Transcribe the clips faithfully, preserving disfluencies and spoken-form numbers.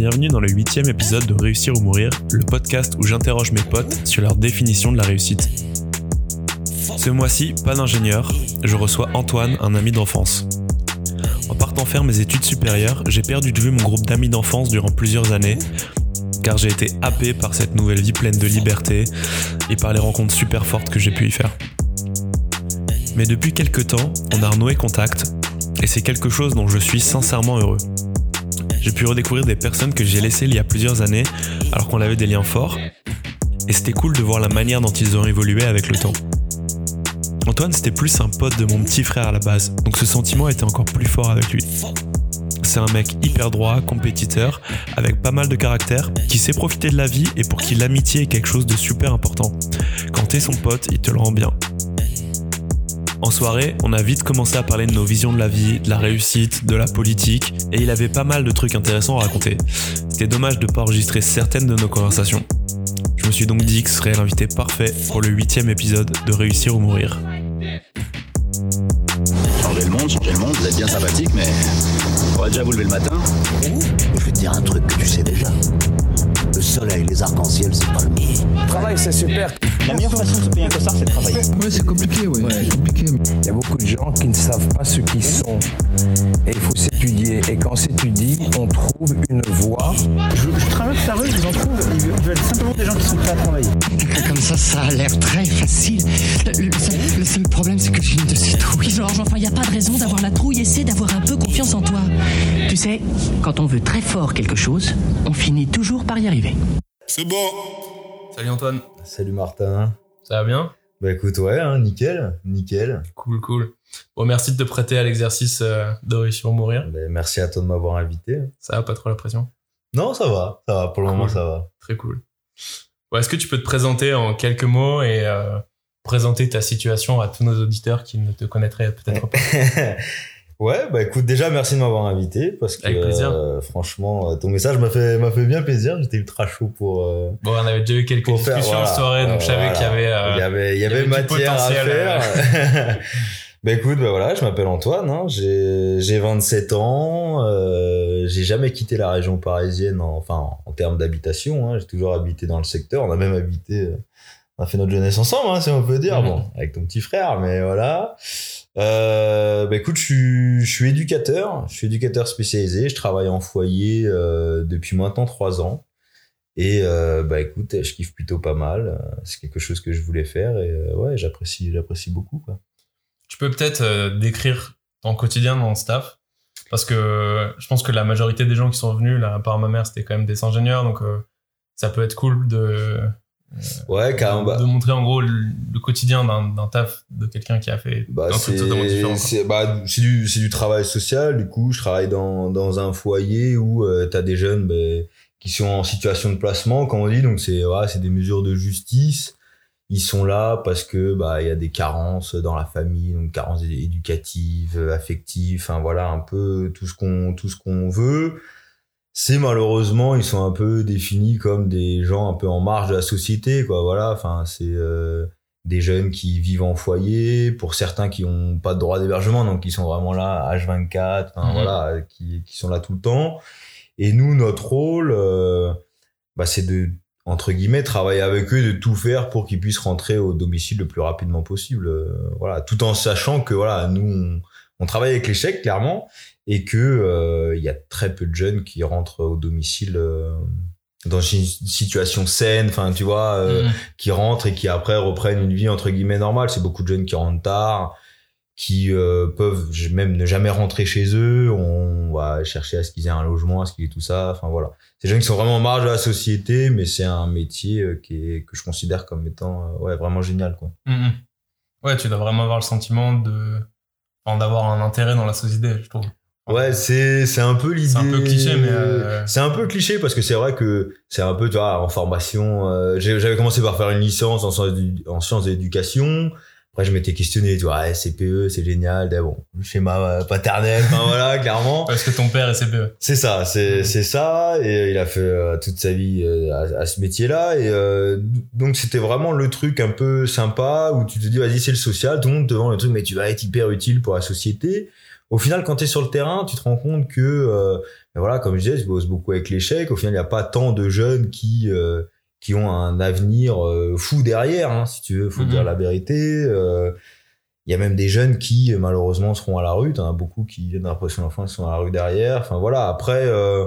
Bienvenue dans le huitième épisode de Réussir ou Mourir, le podcast où j'interroge mes potes sur leur définition de la réussite. Ce mois-ci, pas d'ingénieur, je reçois Antoine, un ami d'enfance. En partant faire mes études supérieures, j'ai perdu de vue mon groupe d'amis d'enfance durant plusieurs années, car j'ai été happé par cette nouvelle vie pleine de liberté et par les rencontres super fortes que j'ai pu y faire. Mais depuis quelques temps, on a renoué contact, et c'est quelque chose dont je suis sincèrement heureux. J'ai pu redécouvrir des personnes que j'ai laissées il y a plusieurs années, alors qu'on avait des liens forts, et c'était cool de voir la manière dont ils ont évolué avec le temps. Antoine, c'était plus un pote de mon petit frère à la base, donc ce sentiment était encore plus fort avec lui. C'est un mec hyper droit, compétiteur, avec pas mal de caractère, qui sait profiter de la vie et pour qui l'amitié est quelque chose de super important. Quand t'es son pote, il te le rend bien. En soirée, on a vite commencé à parler de nos visions de la vie, de la réussite, de la politique, et il avait pas mal de trucs intéressants à raconter. C'était dommage de pas enregistrer certaines de nos conversations. Je me suis donc dit que ce serait l'invité parfait pour le huitième épisode de Réussir ou Mourir. Changer le monde, changer le monde, vous êtes bien sympathique, mais faudrait déjà vous lever le matin. Je vais te dire un truc que tu sais déjà. Le soleil, les arcs-en-ciel, c'est pas le mien. Le travail, c'est super. La meilleure façon de se payer un costard, c'est de travailler. Ouais, c'est compliqué, ouais. ouais. compliqué. Il y a beaucoup de gens qui ne savent pas ce qu'ils sont. Et il faut s'étudier. Et quand on s'étudie, on trouve une voie. Je, je traverse la rue, je vous en trouve. Ils veulent simplement des gens qui sont prêts à travailler. Comme ça, ça a l'air très facile. Le, le, seul, le seul problème, c'est que j'ai une de ces trouilles. Georges, enfin, il n'y a pas de raison d'avoir la trouille. Essaie d'avoir un peu confiance en toi. Tu sais, quand on veut très fort quelque chose, on finit toujours par y arriver. C'est bon. Salut Antoine. Salut Martin. Ça va bien ? Bah écoute, ouais, hein, nickel, nickel. Cool, cool. Bon, merci de te prêter à l'exercice euh, de Réussir ou Mourir. Bah, merci à toi de m'avoir invité. Ça va, pas trop la pression ? Non, ça va, ça va, pour le cool. moment ça va. Très cool. Bon, est-ce que tu peux te présenter en quelques mots et euh, présenter ta situation à tous nos auditeurs qui ne te connaîtraient peut-être pas ? Ouais, bah écoute, déjà merci de m'avoir invité parce que Avec plaisir. Euh, franchement, ton message m'a fait m'a fait bien plaisir. J'étais ultra chaud pour. Euh, bon, on avait déjà eu quelques discussions faire, voilà, en soirée, donc euh, je savais voilà. qu'il y avait. Euh, il y avait, il y avait, il y avait matière à faire. Euh... bah écoute, bah voilà, je m'appelle Antoine. Hein, j'ai j'ai vingt-sept ans. Euh, j'ai jamais quitté la région parisienne, en, enfin en, en termes d'habitation. Hein, j'ai toujours habité dans le secteur. On a même habité. On a fait notre jeunesse ensemble, hein, si on peut dire. Mmh. Bon, avec ton petit frère, mais voilà. Euh, bah écoute, je suis, je suis éducateur, je suis éducateur spécialisé, je travaille en foyer euh, depuis maintenant trois ans et euh, bah écoute, je kiffe plutôt pas mal, c'est quelque chose que je voulais faire et euh, ouais, j'apprécie, j'apprécie beaucoup quoi. Tu peux peut-être euh, décrire ton quotidien dans le staff parce que je pense que la majorité des gens qui sont venus, là, à part ma mère, c'était quand même des ingénieurs, donc euh, ça peut être cool de Euh, ouais, carrément, de, bah, de montrer en gros le, le quotidien d'un, d'un taf de quelqu'un qui a fait bah, un truc totalement différent. C'est, bah, c'est, du, c'est du travail social, du coup, je travaille dans, dans un foyer où euh, t'as des jeunes bah, qui sont en situation de placement, comme on dit, donc c'est, ouais, c'est des mesures de justice. Ils sont là parce que bah il y a des carences dans la famille, donc carences éducatives, affectives, enfin voilà, un peu tout ce qu'on, tout ce qu'on veut. C'est malheureusement, ils sont un peu définis comme des gens un peu en marge de la société, quoi. Voilà, enfin, c'est euh, des jeunes qui vivent en foyer, pour certains qui ont pas de droit d'hébergement, donc qui sont vraiment là H vingt-quatre, enfin, mmh. voilà, qui qui sont là tout le temps. Et nous, notre rôle, euh, bah, c'est de entre guillemets travailler avec eux, de tout faire pour qu'ils puissent rentrer au domicile le plus rapidement possible. Euh, voilà, tout en sachant que voilà, nous on, on travaille avec l'échec clairement. Et que euh, il y a très peu de jeunes qui rentrent au domicile euh, dans une situation saine, enfin tu vois, euh, mmh. qui rentrent et qui après reprennent une vie entre guillemets normale. C'est beaucoup de jeunes qui rentrent tard, qui euh, peuvent même ne jamais rentrer chez eux. On va chercher à ce qu'ils aient un logement, à ce qu'ils aient tout ça. Enfin voilà, ces jeunes qui sont vraiment en marge de la société, mais c'est un métier euh, qui est que je considère comme étant euh, ouais vraiment génial quoi. Mmh. Ouais, tu dois vraiment avoir le sentiment de enfin, d'avoir un intérêt dans la société, je trouve. Ouais, c'est c'est un peu l'idée. C'est un peu cliché, mais euh... c'est un peu cliché parce que c'est vrai que c'est un peu, tu vois, en formation. Euh, j'avais commencé par faire une licence en sciences, en sciences d'éducation. Après, je m'étais questionné, tu vois, ouais, C P E, c'est génial. Bon, schéma paternel, enfin voilà, clairement. Parce que ton père est C P E. C'est ça, c'est mmh. c'est ça. Et il a fait euh, toute sa vie euh, à, à ce métier-là. Et euh, donc c'était vraiment le truc un peu sympa où tu te dis, vas-y, c'est le social, tout le monde te vend le truc, mais tu vas être hyper utile pour la société. Au final, quand tu es sur le terrain, tu te rends compte que euh, mais voilà, comme je disais, je bosse beaucoup avec l'échec. Au final, il n'y a pas tant de jeunes qui euh, qui ont un avenir euh, fou derrière, hein, si tu veux, faut mm-hmm. dire la vérité. Euh, il y a même des jeunes qui, malheureusement, seront à la rue. T'en as beaucoup qui viennent d'impression d'enfance, qui sont à la rue derrière. Enfin, voilà. Après, euh,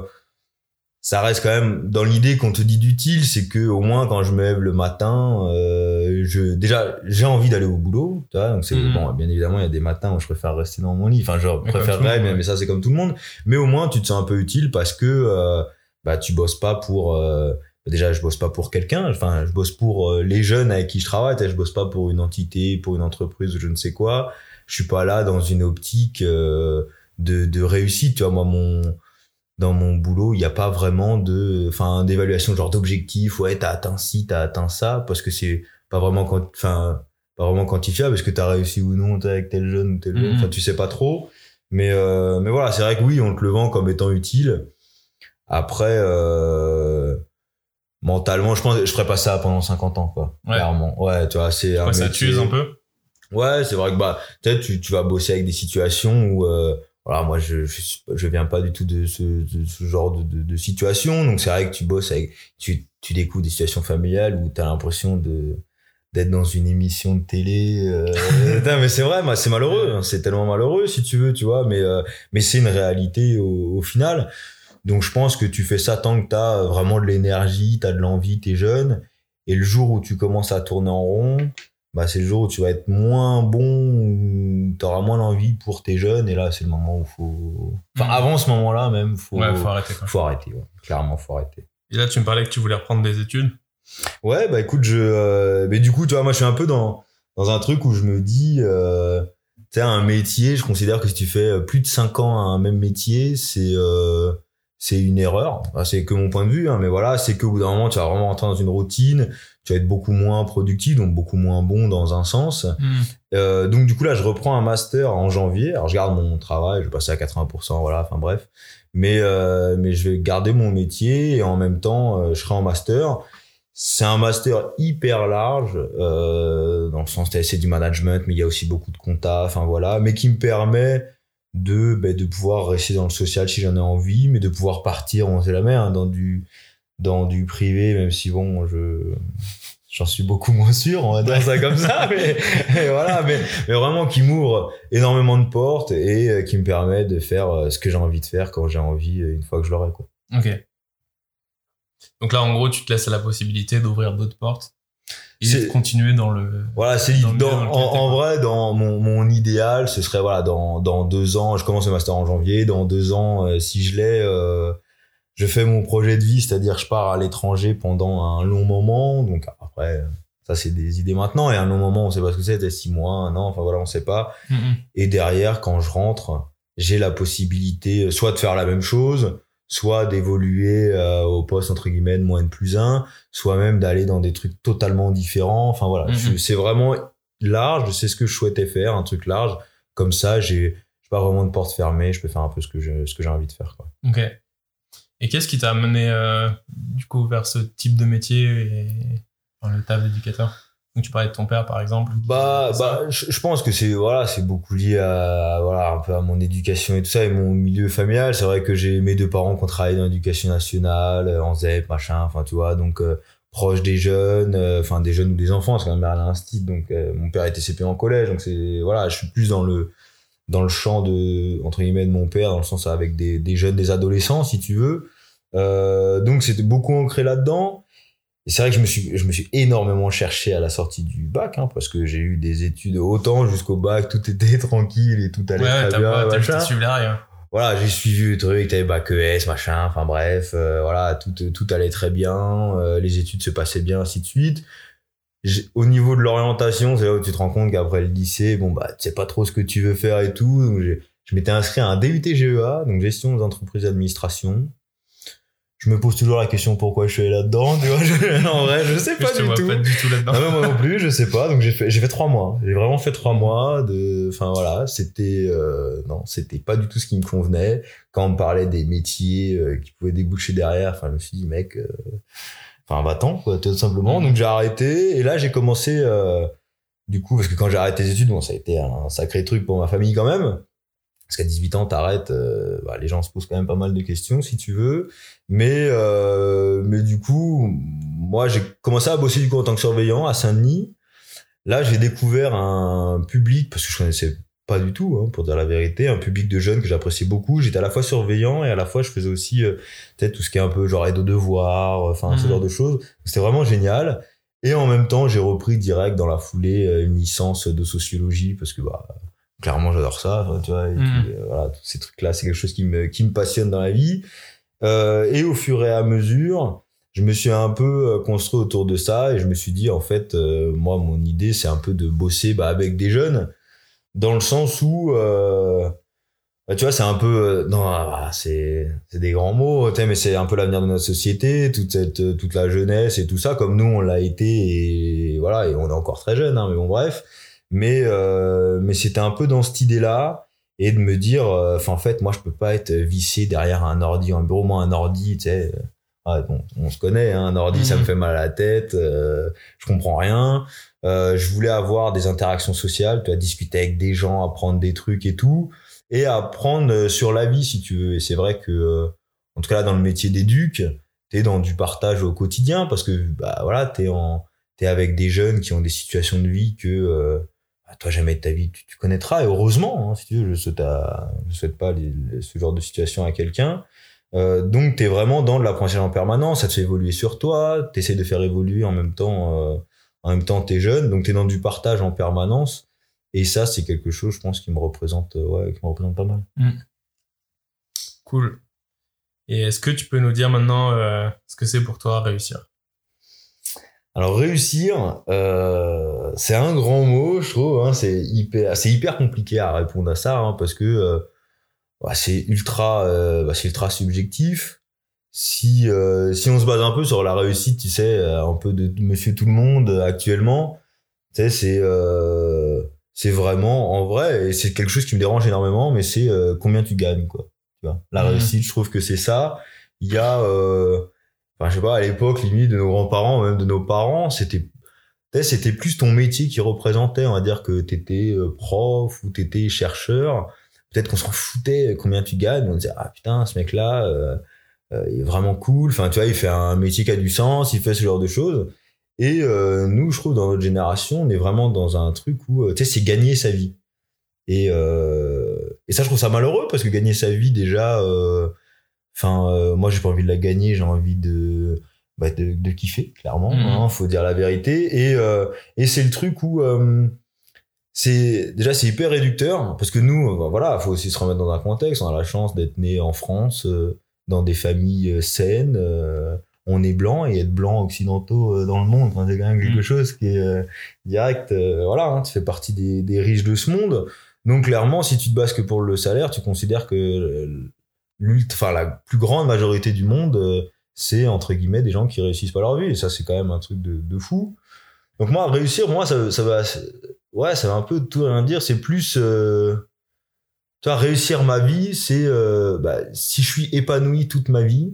ça reste quand même dans l'idée qu'on te dit d'utile, c'est que au moins quand je me lève le matin, euh, je déjà j'ai envie d'aller au boulot, tu vois, donc c'est mmh. bon, bien évidemment il y a des matins où je préfère rester dans mon lit, enfin je préférerais, mais, mais ça c'est comme tout le monde, mais au moins tu te sens un peu utile parce que euh, bah tu bosses pas pour euh, déjà je bosse pas pour quelqu'un, enfin je bosse pour euh, les jeunes avec qui je travaille, je bosse pas pour une entité, pour une entreprise ou je ne sais quoi, je suis pas là dans une optique euh, de de réussite, tu vois, moi mon dans mon boulot, il n'y a pas vraiment de, enfin, d'évaluation, genre d'objectif, ouais, t'as atteint ci, t'as atteint ça, parce que c'est pas vraiment, enfin, pas vraiment quantifiable, est-ce que t'as réussi ou non avec tel jeune ou tel jeune, enfin, mmh. tu sais pas trop. Mais, euh, mais voilà, c'est vrai que oui, on te le vend comme étant utile. Après, euh, mentalement, je pense, je ferais pas ça pendant cinquante ans, quoi. Ouais. Clairement. Ouais, tu vois, c'est un ça t'use un peu? Ouais, c'est vrai que, bah, peut-être, tu, tu vas bosser avec des situations où, euh, voilà, moi je, je je viens pas du tout de ce de ce genre de, de de situation, donc c'est vrai que tu bosses avec tu tu découvres des situations familiales où t'as l'impression de d'être dans une émission de télé. Euh, mais c'est vrai, moi c'est malheureux, hein, c'est tellement malheureux si tu veux, tu vois, mais euh, mais c'est une réalité au, au final. Donc je pense que tu fais ça tant que t'as vraiment de l'énergie, t'as de l'envie, t'es jeune, et le jour où tu commences à tourner en rond, bah c'est le jour où tu vas être moins bon, t'auras moins l'envie pour tes jeunes, et là c'est le moment où faut, enfin avant ce moment-là même, faut, ouais, faut arrêter, quoi. Faut arrêter, ouais. Clairement faut arrêter. Et là tu me parlais que tu voulais reprendre des études. Ouais, bah écoute, je, euh, mais du coup tu vois, moi je suis un peu dans dans un truc où je me dis, euh, tu sais, un métier, je considère que si tu fais plus de cinq ans à un même métier, c'est euh, c'est une erreur. Enfin, c'est que mon point de vue, hein, mais voilà, c'est qu'au bout d'un moment tu vas vraiment rentrer dans une routine. Tu vas être beaucoup moins productif, donc beaucoup moins bon dans un sens. Mmh. Euh, donc du coup là, je reprends un master en janvier. Alors je garde mon travail, je vais passer à quatre-vingts pour cent, voilà, enfin bref. Mais euh, mais je vais garder mon métier et en même temps, euh, je serai en master. C'est un master hyper large, euh, dans le sens c'est du management, mais il y a aussi beaucoup de compta, enfin voilà, mais qui me permet de bah, de pouvoir rester dans le social si j'en ai envie, mais de pouvoir partir, on sait jamais, hein, dans du dans du privé, même si bon, je j'en suis beaucoup moins sûr, on va dire ça comme ça, mais, mais voilà, mais, mais vraiment qui m'ouvre énormément de portes et qui me permet de faire ce que j'ai envie de faire quand j'ai envie, une fois que je l'aurai, quoi. Ok. Donc là, en gros, tu te laisses la possibilité d'ouvrir d'autres portes et c'est, de continuer dans le. Voilà, c'est dans, dans, dans en, en vrai, dans mon, mon idéal, ce serait voilà, dans dans deux ans, je commence le master en janvier, dans deux ans, euh, si je l'ai. Euh, Je fais mon projet de vie, c'est-à-dire je pars à l'étranger pendant un long moment. Donc après, ça c'est des idées maintenant. Et un long moment, on sait pas ce que c'est, c'est six mois, un an, enfin voilà, on sait pas. Mm-hmm. Et derrière, quand je rentre, j'ai la possibilité soit de faire la même chose, soit d'évoluer euh, au poste entre guillemets de moins N plus un, soit même d'aller dans des trucs totalement différents. Enfin voilà, mm-hmm. je, c'est vraiment large. Je sais ce que je souhaitais faire, un truc large. Comme ça, j'ai, j'ai pas vraiment de porte fermée. Je peux faire un peu ce que je, ce que j'ai envie de faire, quoi. Ok. Et qu'est-ce qui t'a amené euh, du coup vers ce type de métier et enfin, le taf d'éducateur? Donc tu parlais de ton père par exemple. Bah bah je, je pense que c'est voilà, c'est beaucoup lié à voilà, un peu à mon éducation et tout ça et mon milieu familial. C'est vrai que j'ai mes deux parents qui ont travaillé dans l'éducation nationale, en Z E P, machin, enfin tu vois, donc euh, proche des jeunes, enfin euh, des jeunes ou des enfants, parce que ma mère elle a un style, donc euh, mon père était C P en collège, donc c'est voilà, je suis plus dans le dans le champ de entre guillemets de mon père, dans le sens avec des des jeunes, des adolescents si tu veux. Euh, donc c'était beaucoup ancré là-dedans. Et c'est vrai que je me suis je me suis énormément cherché à la sortie du bac, hein, parce que j'ai eu des études autant jusqu'au bac, tout était tranquille et tout allait ouais, très bien, pas, machin. Suivi les rails, hein. Voilà, j'ai suivi le truc, t'avais bac E S, machin, enfin bref, euh, voilà, tout tout allait très bien, euh, les études se passaient bien, ainsi de suite. J'ai, au niveau de l'orientation, c'est là où tu te rends compte qu'après le lycée, bon bah tu sais pas trop ce que tu veux faire et tout. Donc j'ai, je m'étais inscrit à un D U T G E A, donc gestion des entreprises d'administration. Je me pose toujours la question pourquoi je suis allé là-dedans, tu vois. Je, non, en vrai, je sais pas, je du te tout. vois pas du tout là-dedans. Non, moi non plus, je sais pas. Donc j'ai fait, j'ai fait trois mois. J'ai vraiment fait trois mois de, enfin voilà, c'était, euh, non, c'était pas du tout ce qui me convenait. Quand on me parlait des métiers euh, qui pouvaient déboucher derrière, enfin je me suis dit mec, euh, enfin va-t'en quoi, tout simplement. Donc j'ai arrêté et là j'ai commencé, euh, du coup parce que quand j'ai arrêté les études, bon ça a été un sacré truc pour ma famille quand même. Parce qu'à dix-huit ans, t'arrêtes, euh, bah, les gens se posent quand même pas mal de questions, si tu veux. Mais, euh, mais du coup, moi, j'ai commencé à bosser du coup en tant que surveillant à Saint-Denis. Là, j'ai découvert un public, parce que je connaissais pas du tout, hein, pour dire la vérité, un public de jeunes que j'appréciais beaucoup. J'étais à la fois surveillant et à la fois je faisais aussi euh, peut-être tout ce qui est un peu genre aide aux devoirs, enfin mmh. ce genre de choses. C'était vraiment génial. Et en même temps, j'ai repris direct dans la foulée une licence de sociologie parce que bah clairement j'adore ça, tu vois. Et mmh. puis, euh, voilà, tous ces trucs-là, c'est quelque chose qui me qui me passionne dans la vie. Euh, et au fur et à mesure, je me suis un peu construit autour de ça et je me suis dit en fait, euh, moi mon idée c'est un peu de bosser bah, avec des jeunes. Dans le sens où, euh, bah, tu vois, c'est un peu, euh, non, ah, c'est, c'est des grands mots, mais c'est un peu l'avenir de notre société, toute cette, toute la jeunesse et tout ça, comme nous on l'a été, et voilà, et on est encore très jeune, hein, mais bon, bref. Mais, euh, mais c'était un peu dans cette idée-là, et de me dire, enfin, euh, en fait, moi, je peux pas être vissé derrière un ordi, un bureau, moi, un ordi, tu sais. Ah, bon, on se connaît, hein, un ordi, mmh. ça me fait mal à la tête, euh, je comprends rien. Euh, je voulais avoir des interactions sociales, tu vois, discuter avec des gens, apprendre des trucs et tout, et apprendre sur la vie, si tu veux. Et c'est vrai que, euh, en tout cas là, dans le métier d'éduc, t'es dans du partage au quotidien, parce que, bah voilà, t'es en, t'es avec des jeunes qui ont des situations de vie que, euh, bah, toi, jamais de ta vie, tu, tu connaîtras, et heureusement, hein, si tu veux, je souhaite, à, je souhaite pas les, les, ce genre de situation à quelqu'un. Euh, donc t'es vraiment dans de l'apprentissage en permanence, ça te fait évoluer sur toi, t'essaies de faire évoluer en même temps, euh, en même temps t'es jeune, donc t'es dans du partage en permanence, et ça c'est quelque chose, je pense, qui me représente, ouais, qui me représente pas mal. Mmh. Cool. Et est-ce que tu peux nous dire maintenant euh, ce que c'est pour toi réussir? Alors réussir, euh, c'est un grand mot, je trouve, hein, c'est hyper, c'est hyper compliqué à répondre à ça, hein, parce que euh, bah, c'est ultra, euh, bah, c'est ultra subjectif. Si euh, si on se base un peu sur la réussite, tu sais, un peu de, de Monsieur Tout le Monde actuellement, tu sais, c'est euh, c'est vraiment en vrai, et c'est quelque chose qui me dérange énormément, mais c'est euh, combien tu gagnes, quoi. Tu vois, la mmh. réussite, je trouve que c'est ça. Il y a, euh, enfin, je sais pas, à l'époque, limite de nos grands-parents, même de nos parents, c'était, tu sais, c'était plus ton métier qui représentait. On va dire que t'étais prof ou t'étais chercheur. Peut-être qu'on s'en foutait combien tu gagnes. On disait ah putain, ce mec-là. Euh, Euh, il est vraiment cool, enfin tu vois, il fait un métier qui a du sens, il fait ce genre de choses. Et euh, nous, je trouve, dans notre génération, on est vraiment dans un truc où, tu sais, c'est gagner sa vie. Et euh, et ça, je trouve ça malheureux, parce que gagner sa vie, déjà, enfin, euh, euh, moi, j'ai pas envie de la gagner, j'ai envie de bah, de, de kiffer, clairement, mmh. hein, faut dire la vérité. Et euh, et c'est le truc où euh, c'est déjà c'est hyper réducteur, parce que nous, bah, voilà, faut aussi se remettre dans un contexte. On a la chance d'être né en France. Euh, dans des familles saines, euh, on est blanc, et être blanc occidentaux euh, dans le monde, enfin, c'est quand même quelque mmh. chose qui est euh, direct, euh, voilà, hein, tu fais partie des, des riches de ce monde. Donc clairement, si tu te bases que pour le salaire, tu considères que enfin la plus grande majorité du monde, euh, c'est entre guillemets des gens qui réussissent pas leur vie, et ça c'est quand même un truc de, de fou. Donc moi, réussir, moi ça, ça va, ouais, ça va un peu tout rien dire. C'est plus euh, tu vois, réussir ma vie, c'est euh, bah, si je suis épanoui toute ma vie,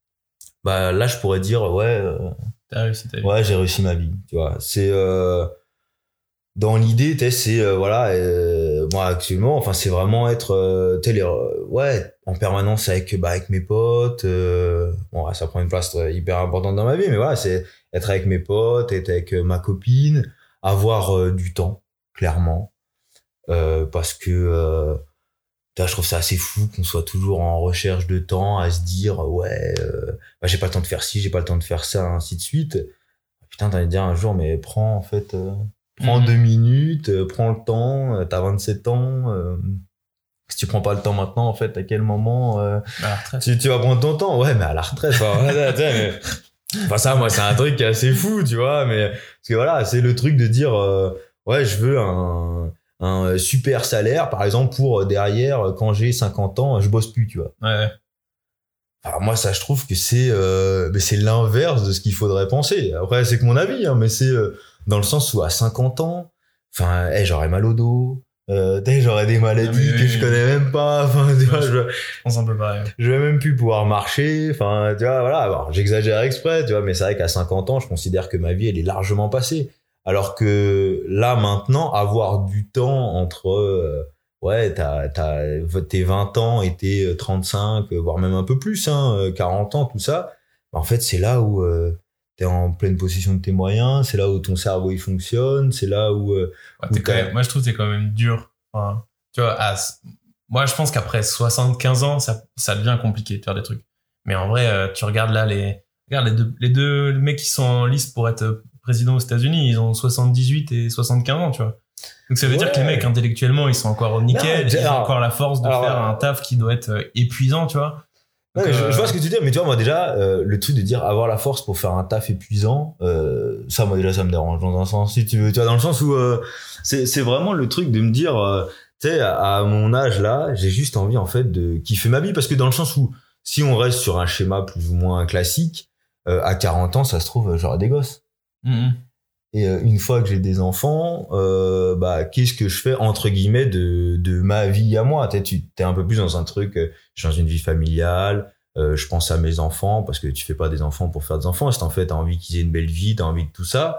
bah là je pourrais dire ouais, euh, t'as réussi ta vie. Ouais, j'ai réussi ma vie. Tu vois, c'est euh, dans l'idée, tu sais, c'est euh, voilà, euh, moi actuellement, enfin c'est vraiment être, euh, tu sais, euh, ouais, en permanence avec bah avec mes potes. Euh, bon, ça prend une place hyper importante dans ma vie, mais voilà, c'est être avec mes potes, être avec ma copine, avoir euh, du temps, clairement, euh, parce que euh, je trouve ça assez fou qu'on soit toujours en recherche de temps, à se dire ouais, euh, bah, j'ai pas le temps de faire ci, j'ai pas le temps de faire ça, ainsi de suite. Putain, t'allais dire un jour, mais prends en fait, euh, prends mmh. deux minutes, euh, prends le temps. Euh, t'as vingt-sept ans. Euh, si tu prends pas le temps maintenant, en fait, à quel moment euh, à la retraite. Tu, tu vas prendre ton temps? Ouais, mais à la retraite. Enfin, mais, enfin ça, moi, c'est un truc qui est assez fou, tu vois. Mais parce que voilà, c'est le truc de dire euh, ouais, je veux un un super salaire, par exemple, pour derrière, quand j'ai cinquante ans, je bosse plus, tu vois. Ouais. Alors moi, ça, je trouve que c'est euh, mais c'est l'inverse de ce qu'il faudrait penser. Après, c'est que mon avis, hein, mais c'est euh, dans le sens où à cinquante ans, enfin, hey, j'aurais mal au dos, euh, j'aurais des maladies oui, que oui, je oui. connais même pas. Enfin, tu vois, je, je pense un peu pareil. Je vais même plus pouvoir marcher. Enfin, tu vois, voilà. Alors, j'exagère exprès, tu vois, mais c'est vrai qu'à cinquante ans, je considère que ma vie, elle est largement passée. Alors que là, maintenant, avoir du temps entre, euh, ouais, t'as, t'as, tes vingt ans et tes trente-cinq, voire même un peu plus, hein, quarante ans, tout ça. En fait, c'est là où euh, t'es en pleine possession de tes moyens, c'est là où ton cerveau il fonctionne, c'est là où. Euh, ouais, où t'es quand même, moi, je trouve que t'es quand même dur. Enfin, tu vois, à, moi, je pense qu'après soixante-quinze ans, ça, ça devient compliqué de faire des trucs. Mais en vrai, euh, tu regardes là les, regarde les deux, les deux mecs qui sont en liste pour être président aux États-Unis, ils ont soixante-dix-huit et soixante-quinze ans, tu vois. Donc ça veut ouais. dire que les mecs intellectuellement, ils sont encore au nickel, non, ils alors, ont encore la force de alors, faire un taf qui doit être épuisant, tu vois. Donc, ouais, euh... je, je vois ce que tu dis, mais tu vois, moi déjà, euh, le truc de dire avoir la force pour faire un taf épuisant, euh, ça, moi déjà, ça me dérange dans un sens, si tu veux, tu vois, dans le sens où euh, c'est, c'est vraiment le truc de me dire, euh, tu sais, à, à mon âge là, j'ai juste envie en fait de kiffer ma vie, parce que dans le sens où si on reste sur un schéma plus ou moins classique, euh, à quarante ans, ça se trouve, j'aurai des gosses. Mmh. Et euh, une fois que j'ai des enfants, euh, bah qu'est-ce que je fais entre guillemets de de ma vie à moi? T'es tu t'es un peu plus dans un truc, euh, je suis dans une vie familiale, euh, je pense à mes enfants parce que tu fais pas des enfants pour faire des enfants. Si en fait t'as envie qu'ils aient une belle vie, t'as envie de tout ça.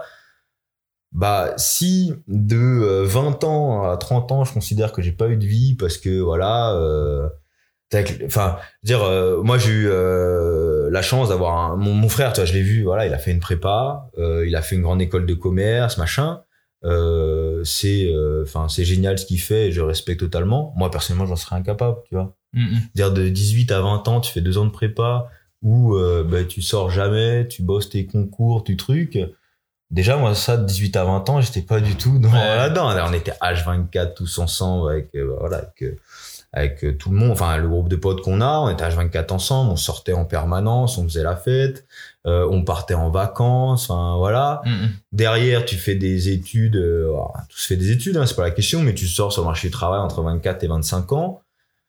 Bah si de euh, vingt ans à trente ans, je considère que j'ai pas eu de vie parce que voilà. Euh, Enfin, dire, euh, moi j'ai eu euh, la chance d'avoir un, mon, mon frère, tu vois, je l'ai vu, voilà, il a fait une prépa, euh, il a fait une grande école de commerce, machin. Euh, c'est, enfin, euh, c'est génial ce qu'il fait, et je respecte totalement. Moi personnellement, j'en serais incapable, tu vois. Mm-hmm. Dire de dix-huit à vingt ans, tu fais deux ans de prépa où euh, bah, tu sors jamais, tu bosses tes concours, tu trucs. Déjà, moi, ça, de dix-huit à vingt ans, j'étais pas du tout dans, ouais. là-dedans. On était H vingt-quatre tous ensemble avec, euh, voilà, avec. Euh, avec tout le monde, enfin le groupe de potes qu'on a, on était H vingt-quatre ensemble, on sortait en permanence, on faisait la fête, euh, on partait en vacances, enfin voilà. Mm-hmm. Derrière, tu fais des études, euh, tout se fait des études, hein, c'est pas la question, mais tu sors sur le marché du travail entre vingt-quatre et vingt-cinq ans.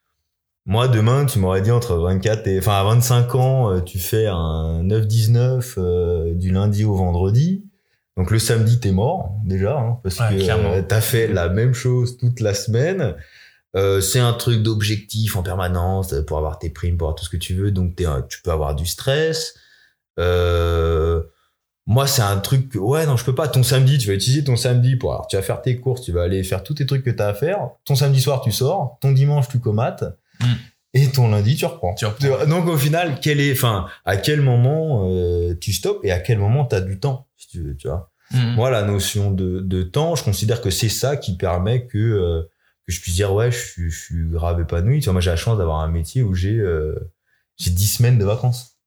Moi, demain, tu m'aurais dit entre vingt-quatre et, enfin à vingt-cinq ans, euh, tu fais un neuf dix-neuf euh, du lundi au vendredi. Donc le samedi, t'es mort déjà, hein, parce ouais, que euh, t'as fait la même chose toute la semaine. Euh, c'est un truc d'objectif en permanence pour avoir tes primes, pour avoir tout ce que tu veux, donc t'es, tu peux avoir du stress. Euh, moi, c'est un truc que, ouais, non, je peux pas. Ton samedi, tu vas utiliser ton samedi pour, alors, tu vas faire tes courses, tu vas aller faire tous tes trucs que t'as à faire. Ton samedi soir, tu sors. Ton dimanche, tu comates. Mm. Et ton lundi, tu reprends. tu reprends. Donc, au final, quel est, enfin, à quel moment euh, tu stoppes et à quel moment t'as du temps, si tu veux, tu vois. Mm. Moi, la notion de, de temps, je considère que c'est ça qui permet que, euh, que je puisse dire ouais je suis je suis grave épanoui, tu vois. Moi j'ai la chance d'avoir un métier où j'ai euh, j'ai dix semaines de vacances.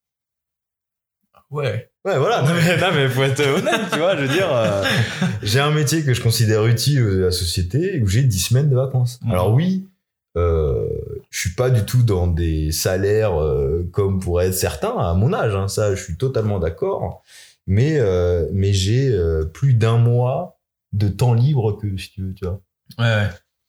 Ouais. Ouais voilà, non mais, non mais faut être honnête, tu vois, je veux dire euh, j'ai un métier que je considère utile à la société où j'ai dix semaines de vacances. Mmh. Alors oui, euh je suis pas du tout dans des salaires euh, comme pourraient être certains à mon âge, hein, ça je suis totalement d'accord, mais euh, mais j'ai euh, plus d'un mois de temps libre que si tu veux, tu vois. Ouais ouais.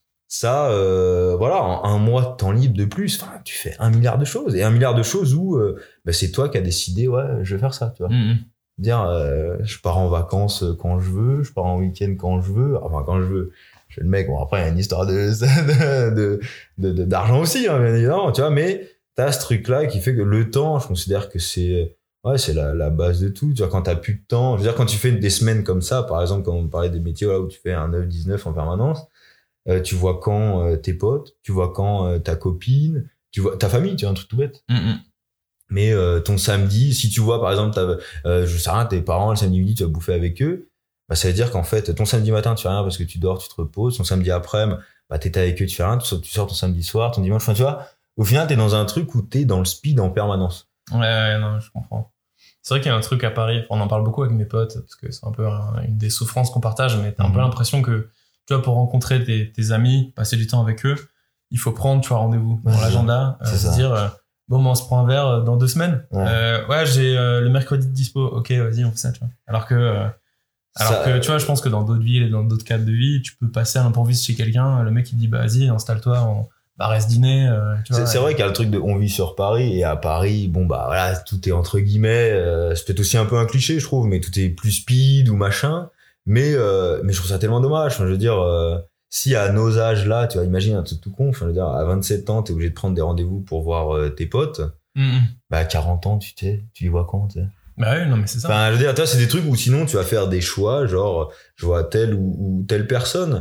Ça, euh, voilà, en un mois de temps libre de plus, enfin, tu fais un milliard de choses. Et un milliard de choses où euh, bah, c'est toi qui as décidé, ouais, je vais faire ça, tu vois. Mm-hmm. Dire, euh, je pars en vacances quand je veux, je pars en week-end quand je veux, enfin, quand je veux. Je suis le mec, bon, après, il y a une histoire de, de, de, de, de d'argent aussi, hein, bien évidemment, tu vois, mais t'as ce truc-là qui fait que le temps, je considère que c'est, ouais, c'est la, la base de tout. Tu vois, quand t'as plus de temps, je veux dire, quand tu fais des semaines comme ça, par exemple, quand on parlait des métiers, là, où tu fais un neuf dix-neuf en permanence, Euh, tu vois quand euh, tes potes, tu vois quand euh, ta copine, tu vois ta famille, tu vois, un truc tout bête. Mm-hmm. Mais euh, ton samedi, si tu vois par exemple, t'as, euh, je sais rien, tes parents le samedi midi, tu vas bouffer avec eux, bah ça veut dire qu'en fait ton samedi matin tu fais rien parce que tu dors, tu te reposes. Ton samedi après-midi, bah t'es avec eux, tu fais rien. Tu sors, tu sors ton samedi soir, ton dimanche, enfin tu vois. Au final, t'es dans un truc où t'es dans le speed en permanence. Ouais, ouais, non, je comprends. C'est vrai qu'il y a un truc à Paris. On en parle beaucoup avec mes potes parce que c'est un peu un, une des souffrances qu'on partage, mais t'as mm-hmm. un peu l'impression que tu vois, pour rencontrer tes, tes amis, passer du temps avec eux, il faut prendre, tu vois, rendez-vous dans ouais, l'agenda, euh, se dire, euh, bon, ben, on se prend un verre euh, dans deux semaines. Ouais, euh, ouais j'ai euh, le mercredi de dispo. Ok, vas-y, on fait ça, tu vois. Alors que, euh, alors ça, que, tu vois, je pense que dans d'autres villes et dans d'autres cadres de vie, tu peux passer à l'improviste chez quelqu'un, le mec, il dit, bah, vas-y, installe-toi, on bah, reste dîner, euh, tu vois. C'est, c'est vrai qu'il y a le truc de, on vit sur Paris, et à Paris, bon, bah, voilà, tout est entre guillemets, euh, c'est peut-être aussi un peu un cliché, je trouve, mais tout est plus speed ou machin. Mais, euh, mais je trouve ça tellement dommage. Enfin, je veux dire, euh, si à nos âges là, tu vois, imagine un truc tout con, enfin, je veux dire, à vingt-sept ans, t'es obligé de prendre des rendez-vous pour voir euh, tes potes. Mm-hmm. Bah, à quarante ans, tu sais, tu les vois quand, tu sais. Bah oui, non, mais c'est ça. Enfin, je veux dire, toi, c'est des trucs où sinon tu vas faire des choix, genre, je vois telle ou, ou telle personne.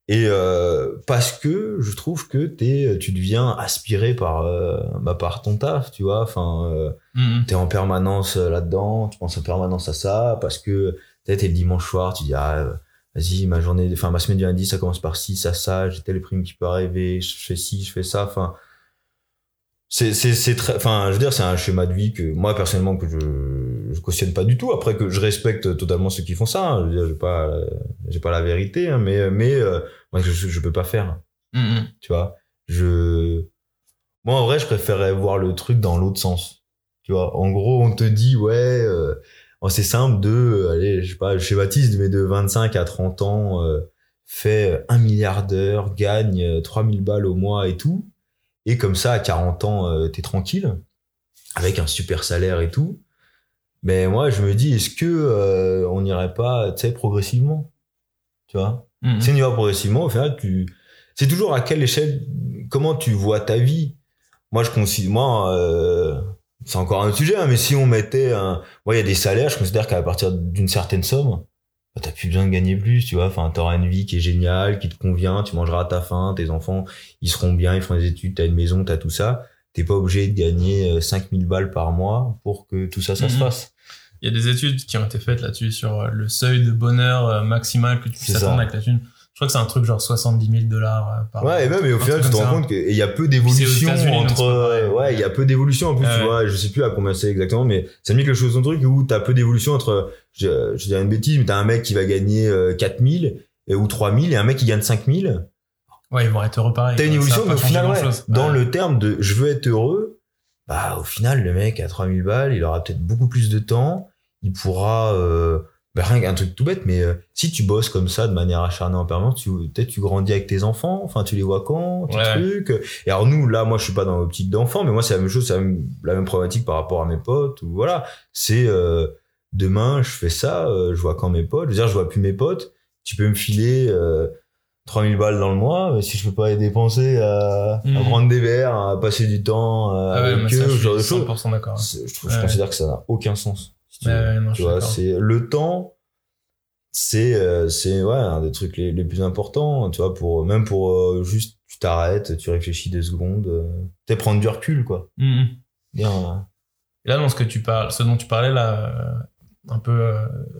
Et euh, parce que je trouve que t'es, tu deviens aspiré par, euh, bah, par ton taf, tu vois. Enfin, euh, mm-hmm. t'es en permanence là-dedans, tu penses en permanence à ça, parce que t'es le dimanche soir, tu dis ah, vas-y, ma journée, enfin ma semaine du lundi, ça commence par ci, ça, ça, j'ai telle prime qui peut arriver, je fais ci, je fais ça. Enfin, c'est c'est c'est très, enfin, je veux dire, c'est un schéma de vie que moi personnellement que je je cautionne pas du tout. Après que je respecte totalement ceux qui font ça. Hein. Je veux dire, j'ai pas j'ai pas la vérité, hein, mais mais euh, moi je je peux pas faire. Mm-hmm. Tu vois, je moi en vrai je préférerais voir le truc dans l'autre sens. Tu vois, en gros on te dit ouais. Euh, Oh, c'est simple de, euh, allez, je sais pas, chez Baptiste, mais de vingt-cinq à trente ans, euh, fait un milliard d'heures, gagne euh, trois mille balles au mois et tout. Et comme ça, à quarante ans, euh, t'es tranquille, avec un super salaire et tout. Mais moi, je me dis, est-ce que euh, on n'irait pas, tu sais, progressivement, tu vois? Mm-hmm. Si on y va progressivement, au final, tu, c'est toujours à quelle échelle, comment tu vois ta vie. Moi, je considère, moi, euh, c'est encore un autre sujet, hein, mais si on mettait un, moi, il y a des salaires, je considère qu'à partir d'une certaine somme, bah, t'as plus besoin de gagner plus, tu vois. Enfin, t'auras une vie qui est géniale, qui te convient, tu mangeras à ta faim, tes enfants, ils seront bien, ils feront des études, t'as une maison, t'as tout ça. T'es pas obligé de gagner cinq mille balles par mois pour que tout ça, ça mmh. se fasse. Il y a des études qui ont été faites là-dessus sur le seuil de bonheur maximal que tu puisses attendre avec la thune. Je crois que c'est un truc genre soixante-dix mille dollars par mois. Ouais, et même, et au final, tu te rends compte qu'il y a peu d'évolution entre, ouais, il y a peu d'évolution en plus, euh, tu vois, je sais plus à combien c'est exactement, mais ça me dit quelque chose dans le truc où t'as peu d'évolution entre, je, je dirais une bêtise, mais t'as un mec qui va gagner quatre mille ou trois mille et un mec qui gagne cinq mille. Ouais, ils vont être heureux pareil. T'as une évolution, mais au final, ouais, dans ouais. le terme de je veux être heureux, bah, au final, le mec à trois mille balles, il aura peut-être beaucoup plus de temps, il pourra, euh, bah, rien qu'un truc tout bête, mais euh, si tu bosses comme ça de manière acharnée en permanence, tu, peut-être tu grandis avec tes enfants, enfin tu les vois quand, tes ouais. trucs. Et alors nous, là, moi je suis pas dans l'optique d'enfant, mais moi c'est la même chose, c'est la même, la même problématique par rapport à mes potes, ou voilà, c'est euh, demain je fais ça, euh, je vois quand mes potes, je veux dire je vois plus mes potes, tu peux me filer euh, trois mille balles dans le mois, mais si je peux pas les dépenser à, mmh. à prendre des verres, à passer du temps euh, ah ouais, avec eux, ce genre de choses, cent pour cent d'accord. Je, trouve, ouais. je considère que ça n'a aucun sens. Tu, ouais, non, tu vois, c'est le temps, c'est euh, c'est ouais un des trucs les, les plus importants, tu vois, pour même pour euh, juste tu t'arrêtes, tu réfléchis deux secondes, euh, tu sais prendre du recul quoi. Mm-hmm. Bien. Euh... Et là dans ce que tu parles, ce dont tu parlais là, euh, un peu euh,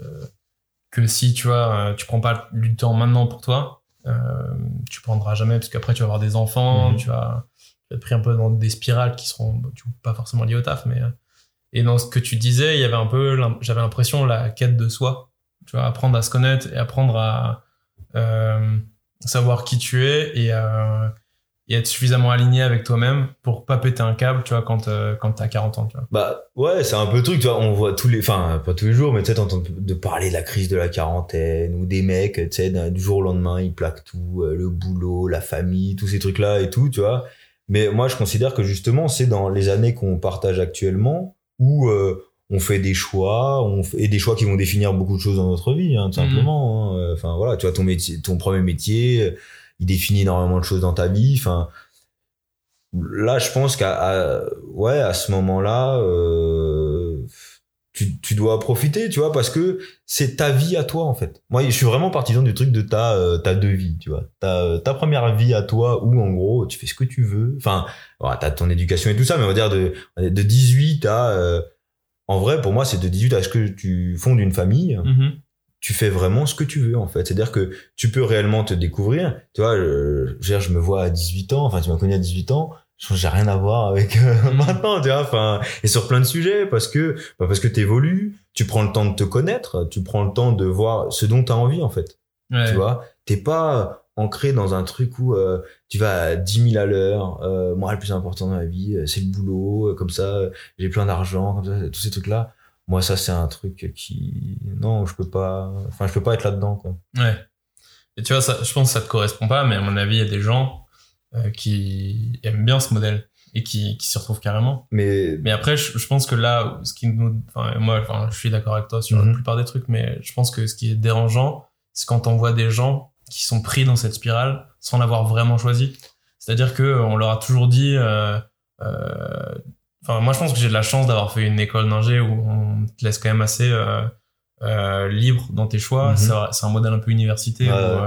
que si tu vois, tu prends pas du temps maintenant pour toi, euh, tu prendras jamais parce qu'après tu vas avoir des enfants, mm-hmm. tu vas tu vas te pris un peu dans des spirales qui seront tu vois, pas forcément liées au taf, mais et dans ce que tu disais, il y avait un peu, j'avais l'impression, la quête de soi. Tu vois, apprendre à se connaître et apprendre à euh, savoir qui tu es et, euh, et être suffisamment aligné avec toi-même pour pas péter un câble, tu vois, quand, euh, quand t'as quarante ans, tu vois. Bah, ouais, c'est un peu le truc, tu vois, on voit tous les, enfin, pas tous les jours, mais tu sais, t'entends de parler de la crise de la quarantaine ou des mecs, tu sais, du jour au lendemain, ils plaquent tout, le boulot, la famille, tous ces trucs-là et tout, tu vois. Mais moi, je considère que justement, c'est dans les années qu'on partage actuellement où euh, on fait des choix, on fait, et des choix qui vont définir beaucoup de choses dans notre vie, hein, tout simplement. Mmh. Hein. Enfin voilà, tu vois ton métier, ton premier métier, il définit énormément de choses dans ta vie. Enfin là, je pense qu'à à, ouais à ce moment-là, euh, tu tu dois profiter, tu vois, parce que c'est ta vie à toi en fait. Moi, je suis vraiment partisan du truc de ta euh, ta deux vies, tu vois, ta ta première vie à toi où en gros tu fais ce que tu veux. Enfin, voilà, t'as ton éducation et tout ça, mais on va dire de de dix-huit à euh, en vrai, pour moi, c'est de dix-huit à ce que tu fondes une famille. Mm-hmm. Tu fais vraiment ce que tu veux, en fait. C'est-à-dire que tu peux réellement te découvrir. Tu vois, je, je, je me vois à dix-huit ans. Enfin, tu m'as connu à dix-huit ans. Je j'ai rien à voir avec euh, maintenant, tu vois. Enfin, et sur plein de sujets, parce que, bah, parce que t'évolues. Tu prends le temps de te connaître. Tu prends le temps de voir ce dont t'as envie, en fait. Ouais. Tu vois, t'es pas ancré dans un truc où euh, tu vas à dix mille à l'heure. Euh, moi, le plus important dans la vie, c'est le boulot. Euh, comme ça, j'ai plein d'argent. Comme ça, tous ces trucs-là. Moi, ça, c'est un truc qui... Non, je peux pas... Enfin, je peux pas être là-dedans, quoi. Ouais. Et tu vois, ça, je pense que ça te correspond pas, mais à mon avis, il y a des gens euh, qui aiment bien ce modèle et qui, qui s'y retrouvent carrément. Mais... Mais après, je, je pense que là, ce qui nous... Enfin, moi, enfin, je suis d'accord avec toi sur mm-hmm. la plupart des trucs, mais je pense que ce qui est dérangeant, c'est quand on voit des gens qui sont pris dans cette spirale sans l'avoir vraiment choisi. C'est-à-dire que on leur a toujours dit... Euh, euh, Enfin, moi, je pense que j'ai de la chance d'avoir fait une école d'ingé où on te laisse quand même assez euh, euh, libre dans tes choix. Mm-hmm. C'est, c'est un modèle un peu université. Ouais. Où, euh,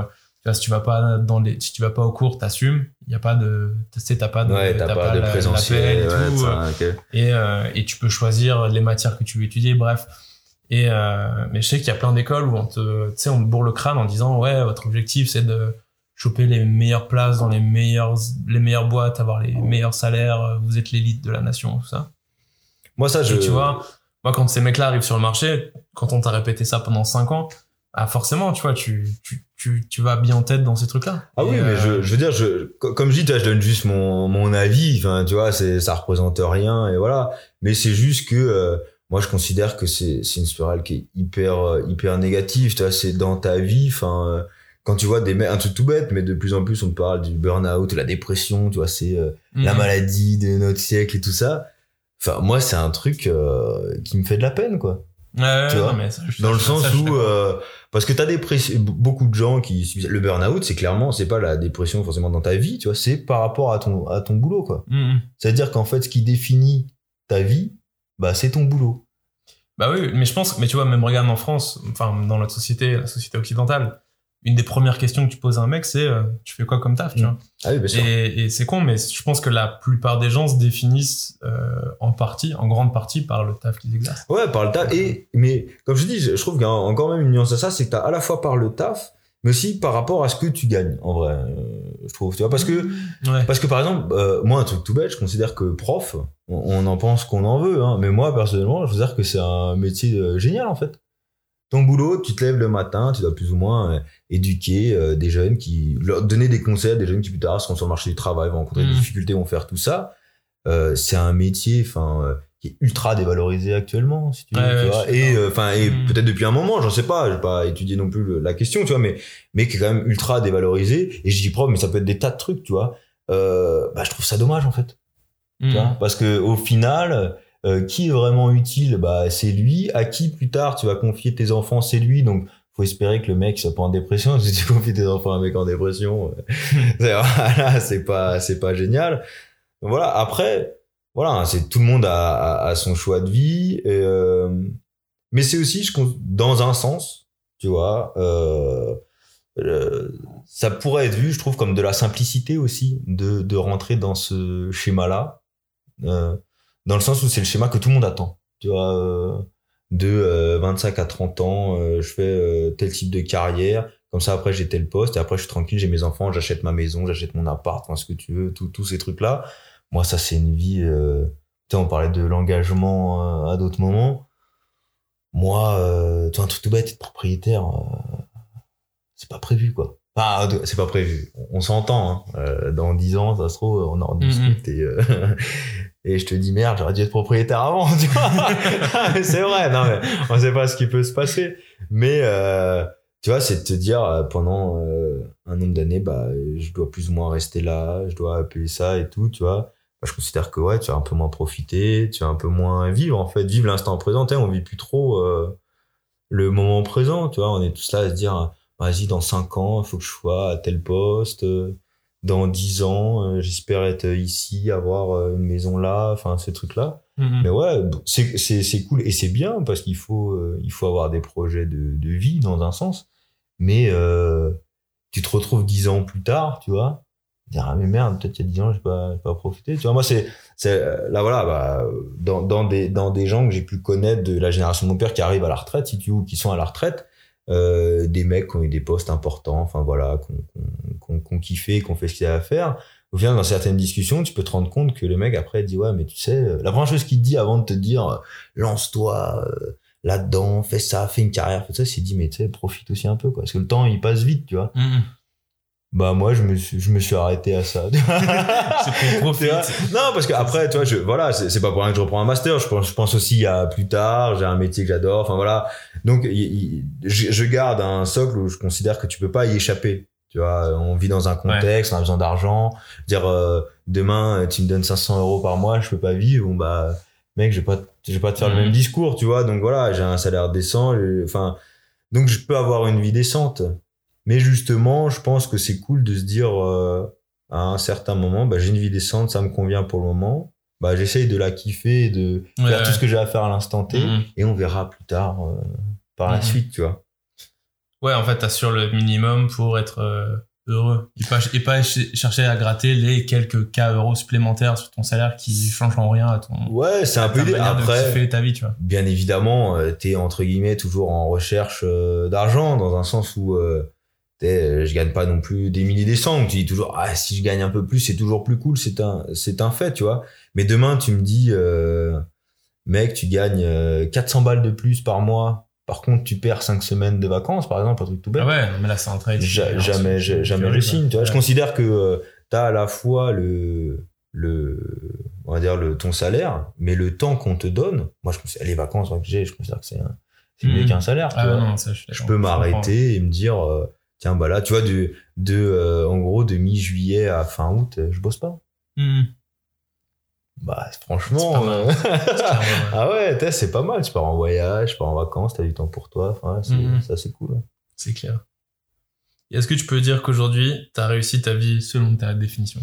vois, si tu vas pas dans les, si tu vas pas au cours, t'assumes. Il y a pas de, tu sais, t'as pas de, ouais, t'as, t'as pas, pas de la, présentiel et ouais, tout. Ça, okay. Et, euh, et tu peux choisir les matières que tu veux étudier, bref. Et, euh, mais je sais qu'il y a plein d'écoles où on te, tu sais, on te bourre le crâne en disant, ouais, votre objectif, c'est de choper les meilleures places dans les meilleures, les meilleures boîtes, avoir les meilleurs salaires, vous êtes l'élite de la nation, tout ça. Moi, ça, je. Et tu vois, moi, quand ces mecs-là arrivent sur le marché, quand on t'a répété ça pendant cinq ans, ah, forcément, tu vois, tu, tu, tu, tu vas bien en tête dans ces trucs-là. Ah et oui, euh... mais je, je veux dire, je, comme je dis, tu vois, je donne juste mon, mon avis, enfin, tu vois, c'est, ça représente rien, et voilà. Mais c'est juste que, euh, moi, je considère que c'est, c'est une spirale qui est hyper, hyper négative, tu vois, c'est dans ta vie, enfin, euh, quand tu vois des mecs, un truc tout bête, mais de plus en plus, on te parle du burn-out, la dépression, tu vois, c'est euh, mmh. la maladie de notre siècle et tout ça. Enfin, moi, c'est un truc euh, qui me fait de la peine, quoi. Ouais, tu vois, non, mais ça, je, dans le ça, sens ça, où euh, parce que t'as des pré- beaucoup de gens qui le burn-out, c'est clairement, c'est pas la dépression forcément dans ta vie, tu vois, c'est par rapport à ton à ton boulot, quoi. Mm-hmm. C'est-à-dire qu'en fait, ce qui définit ta vie, bah c'est ton boulot. Bah oui, mais je pense, mais tu vois, même regarde en France, enfin dans notre société, la société occidentale, une des premières questions que tu poses à un mec, c'est euh, tu fais quoi comme taf, tu vois. Ah oui, bien sûr. Et, et c'est con, mais je pense que la plupart des gens se définissent euh, en partie, en grande partie, par le taf qu'ils exercent. Ouais, par le taf. Et mais comme je dis, je trouve qu'il y a encore même une nuance à ça, c'est que t'as à la fois par le taf, mais aussi par rapport à ce que tu gagnes, en vrai. Je trouve, tu vois, parce que ouais. parce que par exemple, euh, moi, un truc tout bête, je considère que prof, on, on en pense qu'on en veut, hein, mais moi personnellement, je considère que c'est un métier euh, génial en fait. Ton boulot, tu te lèves le matin, tu dois plus ou moins euh, éduquer euh, des jeunes, qui leur donner des conseils à des jeunes qui plus tard seront sur le marché du travail, vont rencontrer mmh. des difficultés, vont faire tout ça. Euh, c'est un métier, enfin, euh, qui est ultra dévalorisé actuellement, si tu veux, ouais, tu vois. Et enfin, euh, et mmh. peut-être depuis un moment, j'en sais pas, j'ai pas étudié non plus le, la question, tu vois, mais mais qui est quand même ultra dévalorisé. Et je dis prof, mais ça peut être des tas de trucs, tu vois. Euh, bah, je trouve ça dommage en fait, mmh. tu vois, parce que au final. Euh, qui est vraiment utile, bah c'est lui. À qui plus tard tu vas confier tes enfants, c'est lui. Donc faut espérer que le mec soit pas en dépression. Si tu confies tes enfants à un mec en dépression, euh, c'est, voilà, c'est pas c'est pas génial. Donc, voilà. Après, voilà, c'est tout le monde a, a, a son choix de vie. Et, euh, mais c'est aussi, je dans un sens, tu vois, euh, euh, ça pourrait être vu, je trouve, comme de la simplicité aussi de de rentrer dans ce schéma-là. Euh, Dans le sens où c'est le schéma que tout le monde attend. Tu vois, euh, de euh, vingt-cinq à trente ans, euh, je fais euh, tel type de carrière. Comme ça, après, j'ai tel poste. Et après, je suis tranquille, j'ai mes enfants, j'achète ma maison, j'achète mon appart, enfin, ce que tu veux, tous ces trucs-là. Moi, ça, c'est une vie... Euh... Tu sais, on parlait de l'engagement euh, à d'autres moments. Moi, euh, tu vois, un truc tout bête, être propriétaire, euh, c'est pas prévu, quoi. Enfin, c'est pas prévu. On, on s'entend, hein. Euh, dans dix ans, ça se trouve, on en discute mm-hmm. et... Euh, Et je te dis, merde, j'aurais dû être propriétaire avant, tu vois. C'est vrai, non, mais on sait pas ce qui peut se passer. Mais, euh, tu vois, c'est de te dire, euh, pendant euh, un nombre d'années, bah, je dois plus ou moins rester là, je dois payer ça et tout, tu vois. Bah, je considère que, ouais, tu vas un peu moins profiter, tu vas un peu moins vivre, en fait. Vivre l'instant présent, tu sais, on vit plus trop euh, le moment présent, tu vois. On est tous là à se dire, vas-y, dans cinq ans, il faut que je sois à tel poste. Euh, Dans dix ans, euh, j'espère être ici, avoir euh, une maison là, enfin ces trucs-là. Mm-hmm. Mais ouais, c'est c'est c'est cool et c'est bien parce qu'il faut euh, il faut avoir des projets de de vie dans un sens. Mais euh, tu te retrouves dix ans plus tard, tu vois, dire ah mais merde, peut-être il y a dix ans j'ai pas j'ai pas profité. Tu vois, moi c'est c'est là voilà, bah dans dans des dans des gens que j'ai pu connaître de la génération de mon père qui arrivent à la retraite, si tu veux, qui sont à la retraite. Euh, des mecs qui ont eu des postes importants, enfin voilà, qu'on qu'on qu'on kiffé, qu'on fait ce qu'il y a à faire. Au final, dans certaines discussions, tu peux te rendre compte que le mec après dit ouais, mais tu sais, la première chose qu'il te dit avant de te dire lance-toi euh, là-dedans, fais ça, fais une carrière, fais ça, c'est dit mais tu sais, profite aussi un peu quoi, parce que le temps il passe vite, tu vois. Mmh. Bah moi je me suis je me suis arrêté à ça. C'est pour profiter. Non parce que après tu vois je voilà c'est c'est pas pour rien que je reprends un master, je pense je pense aussi à plus tard, j'ai un métier que j'adore, enfin voilà. Donc y, y, je, je garde un socle où je considère que tu peux pas y échapper. Tu vois, on vit dans un contexte, ouais. On a besoin d'argent. Dire euh, demain tu me donnes cinq cents euros par mois, je peux pas vivre. Bon bah mec, je vais pas je vais pas te faire mmh. le même discours, tu vois. Donc voilà, j'ai un salaire décent, enfin donc je peux avoir une vie décente. Mais justement, je pense que c'est cool de se dire euh, à un certain moment, bah, j'ai une vie décente, ça me convient pour le moment. Bah, j'essaye de la kiffer et de ouais, faire ouais. tout ce que j'ai à faire à l'instant T, mmh. et on verra plus tard euh, par mmh. la suite, tu vois. Ouais, en fait, t'assures le minimum pour être euh, heureux. Et pas, et pas ch- chercher à gratter les quelques K euros supplémentaires sur ton salaire qui changent en rien à ton. Ouais, c'est un peu l'idée. Après, de kiffer ta vie, tu vois. Bien évidemment, euh, t'es entre guillemets toujours en recherche euh, d'argent, dans un sens où euh, t'es, je gagne pas non plus des milliers des cents. Tu dis toujours, ah, si je gagne un peu plus, c'est toujours plus cool. C'est un, c'est un fait, tu vois. Mais demain, tu me dis, euh, mec, tu gagnes euh, quatre cents balles de plus par mois. Par contre, tu perds cinq semaines de vacances, par exemple, un truc tout bête. Ah ouais, mais là, c'est un trade. Ja- jamais, jamais, jamais je signe. Tu vois, ouais. Je considère que euh, t'as à la fois le, le, on va dire le ton salaire, mais le temps qu'on te donne. Moi, je considère les vacances que j'ai, je considère que c'est, un, c'est mieux mmh. qu'un salaire. Tu ah vois. Non, ça, je, je peux m'arrêter et me dire, euh, tiens, bah là, tu vois, de, de, euh, en gros, de mi-juillet à fin août, je bosse pas. Mmh. Bah, franchement, euh... ah ouais, t'es, c'est pas mal. Tu pars en voyage, tu pars en vacances, t'as du temps pour toi. Enfin, c'est, mmh. ça, c'est cool. C'est clair. Et est-ce que tu peux dire qu'aujourd'hui, t'as réussi ta vie selon ta définition?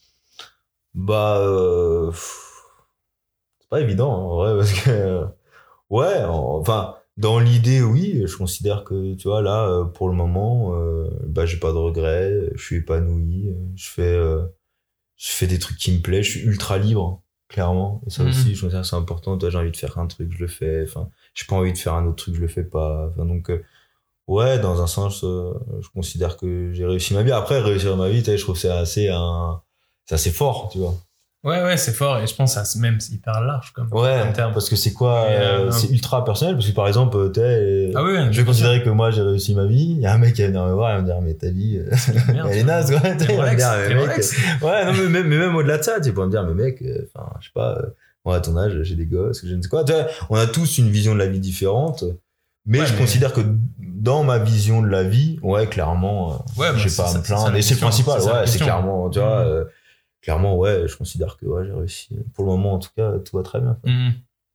Bah, euh... c'est pas évident, en vrai, parce que, ouais, enfin, dans l'idée, oui, je considère que, tu vois, là, pour le moment, euh, bah, j'ai pas de regrets, je suis épanoui, je fais, euh, je fais des trucs qui me plaisent, je suis ultra libre. Clairement, et ça mmh. aussi, je considère que c'est important. Toi, j'ai envie de faire un truc, je le fais. Enfin, j'ai pas envie de faire un autre truc, je le fais pas. Enfin, donc, euh, ouais, dans un sens, euh, je considère que j'ai réussi ma vie. Après, réussir ma vie, je trouve que c'est assez, un, c'est assez fort, tu vois. Ouais, ouais, c'est fort, et je pense que c'est même c'est hyper large comme, ouais, comme terme. Parce que c'est quoi, euh, c'est ultra personnel, parce que par exemple, t'es, ah oui, je vais considérer que moi j'ai réussi ma vie. Il y a un mec qui va venir me voir et va me dire, mais ta vie, merde, elle est naze, quoi. Il va me dire, mais mec, ouais, non, mais même, mais même au-delà de ça, tu pourrais me dire, mais mec, enfin, je sais pas, moi à ton âge, j'ai des gosses, je ne sais quoi. Tu vois, on a tous une vision de la vie différente. Mais ouais, je mais... considère que dans ma vision de la vie, ouais, clairement, ouais, j'ai bah, pas à me plaindre. Et c'est le principal, c'est ouais, c'est clairement, tu vois, mmh. euh, clairement, ouais, je considère que ouais, j'ai réussi. Pour le moment, en tout cas, tout va très bien. Mmh.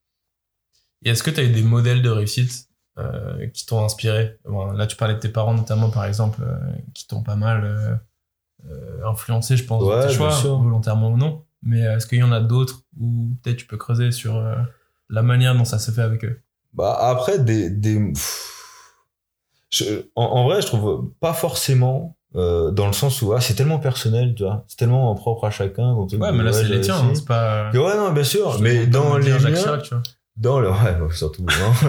Et est-ce que tu as eu des modèles de réussite euh, qui t'ont inspiré? Bon, là, tu parlais de tes parents, notamment, par exemple, euh, qui t'ont pas mal euh, euh, influencé, je pense, ouais, dans tes choix, volontairement ou non. Mais est-ce qu'il y en a d'autres où peut-être tu peux creuser sur euh, la manière dont ça se fait avec eux? Bah, après, des. des... Je, en, en vrai, je trouve pas forcément. Euh, dans le sens où ah, c'est tellement personnel, tu vois, c'est tellement propre à chacun. Ouais, mais là, ouais, c'est les tiens, hein, c'est pas. Que, ouais, non, bien sûr, mais dans les miens, Chirac, tu vois. Dans le, ouais, bah, surtout, non.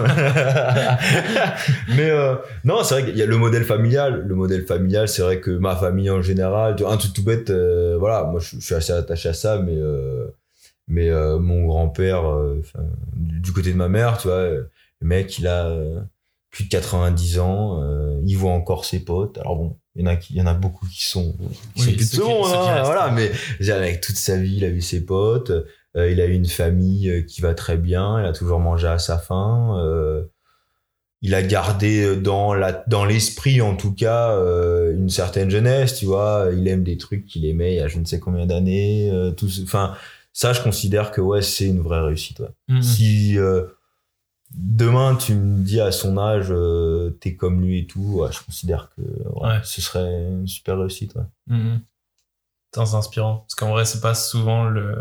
mais euh, non, c'est vrai qu'il y a le modèle familial. Le modèle familial, c'est vrai que ma famille en général, un truc tout bête, euh, voilà, moi, je, je suis assez attaché à ça, mais euh, mais euh, mon grand-père, euh, du, du côté de ma mère, tu vois, le mec, il a euh, plus de quatre-vingt-dix ans, euh, il voit encore ses potes. Alors bon. Il y en a qui, il y en a beaucoup qui sont, qui oui, sont plus de ce monde, hein, voilà, mais, avec toute sa vie, il a eu ses potes, euh, il a eu une famille qui va très bien, il a toujours mangé à sa faim, euh, il a gardé dans la, dans l'esprit, en tout cas, euh, une certaine jeunesse, tu vois, il aime des trucs qu'il aimait il y a je ne sais combien d'années, euh, tout, enfin, ça, je considère que, ouais, c'est une vraie réussite, ouais. Mm-hmm. Si, euh, demain, tu me dis à son âge, euh, t'es comme lui et tout, ouais, je considère que ouais, ouais. ce serait une super réussite. Ouais. Mmh. C'est inspirant. Parce qu'en vrai, c'est pas souvent le.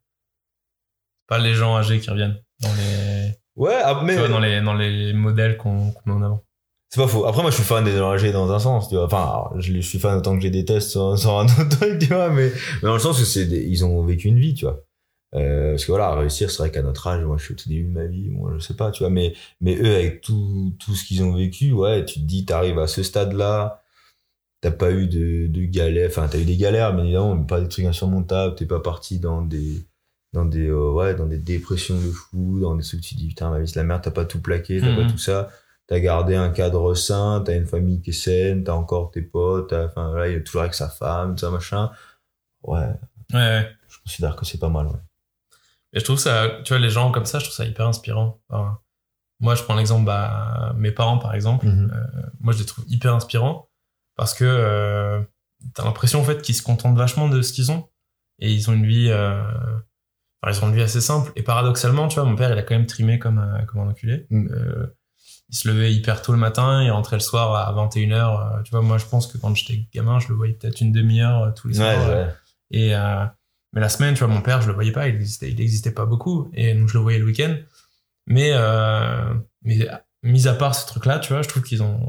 C'est pas les gens âgés qui reviennent dans les. Ouais, ah, mais. Tu vois, dans les, dans les modèles qu'on, qu'on met en avant. C'est pas faux. Après, moi, je suis fan des gens âgés dans un sens, tu vois. Enfin, alors, je, je suis fan autant que j'ai des tests sur, sur un autre truc, tu vois, mais, mais dans le sens où c'est des, ils ont vécu une vie, tu vois. Euh, parce que voilà, réussir, c'est vrai qu'à notre âge, moi je suis au tout début de ma vie, moi je sais pas, tu vois, mais, mais eux, avec tout, tout ce qu'ils ont vécu, ouais, tu te dis, t'arrives à ce stade-là, t'as pas eu de, de galères, enfin, t'as eu des galères, mais évidemment, mais pas des trucs insurmontables, t'es pas parti dans des, dans des, euh, ouais, dans des dépressions de fou, dans des trucs, tu te dis, putain, ma vie, c'est la merde, t'as pas tout plaqué, t'as mmh. pas tout ça, t'as gardé un cadre sain, t'as une famille qui est saine, t'as encore tes potes, enfin, voilà, il est toujours avec sa femme, tout ça, machin. Ouais. Ouais, ouais. Je considère que c'est pas mal, ouais. Et je trouve ça, tu vois, les gens comme ça, je trouve ça hyper inspirant. Enfin, moi, je prends l'exemple, bah, mes parents, par exemple. Mm-hmm. Euh, moi, je les trouve hyper inspirants parce que euh, t'as l'impression, en fait, qu'ils se contentent vachement de ce qu'ils ont. Et ils ont une vie, euh, enfin, ils ont une vie assez simple. Et paradoxalement, tu vois, mon père, il a quand même trimé comme un, comme un enculé. Mm. Euh, il se levait hyper tôt le matin, il rentrait le soir à vingt et une heures. Euh, tu vois, moi, je pense que quand j'étais gamin, je le voyais peut-être une demi-heure euh, tous les soirs. Ouais, ouais. Euh, et, euh, mais la semaine, tu vois, mon père, je le voyais pas, il existait, il existait pas beaucoup, et donc je le voyais le week-end. Mais, euh, mais mis à part ce truc-là, tu vois, je trouve qu'ils ont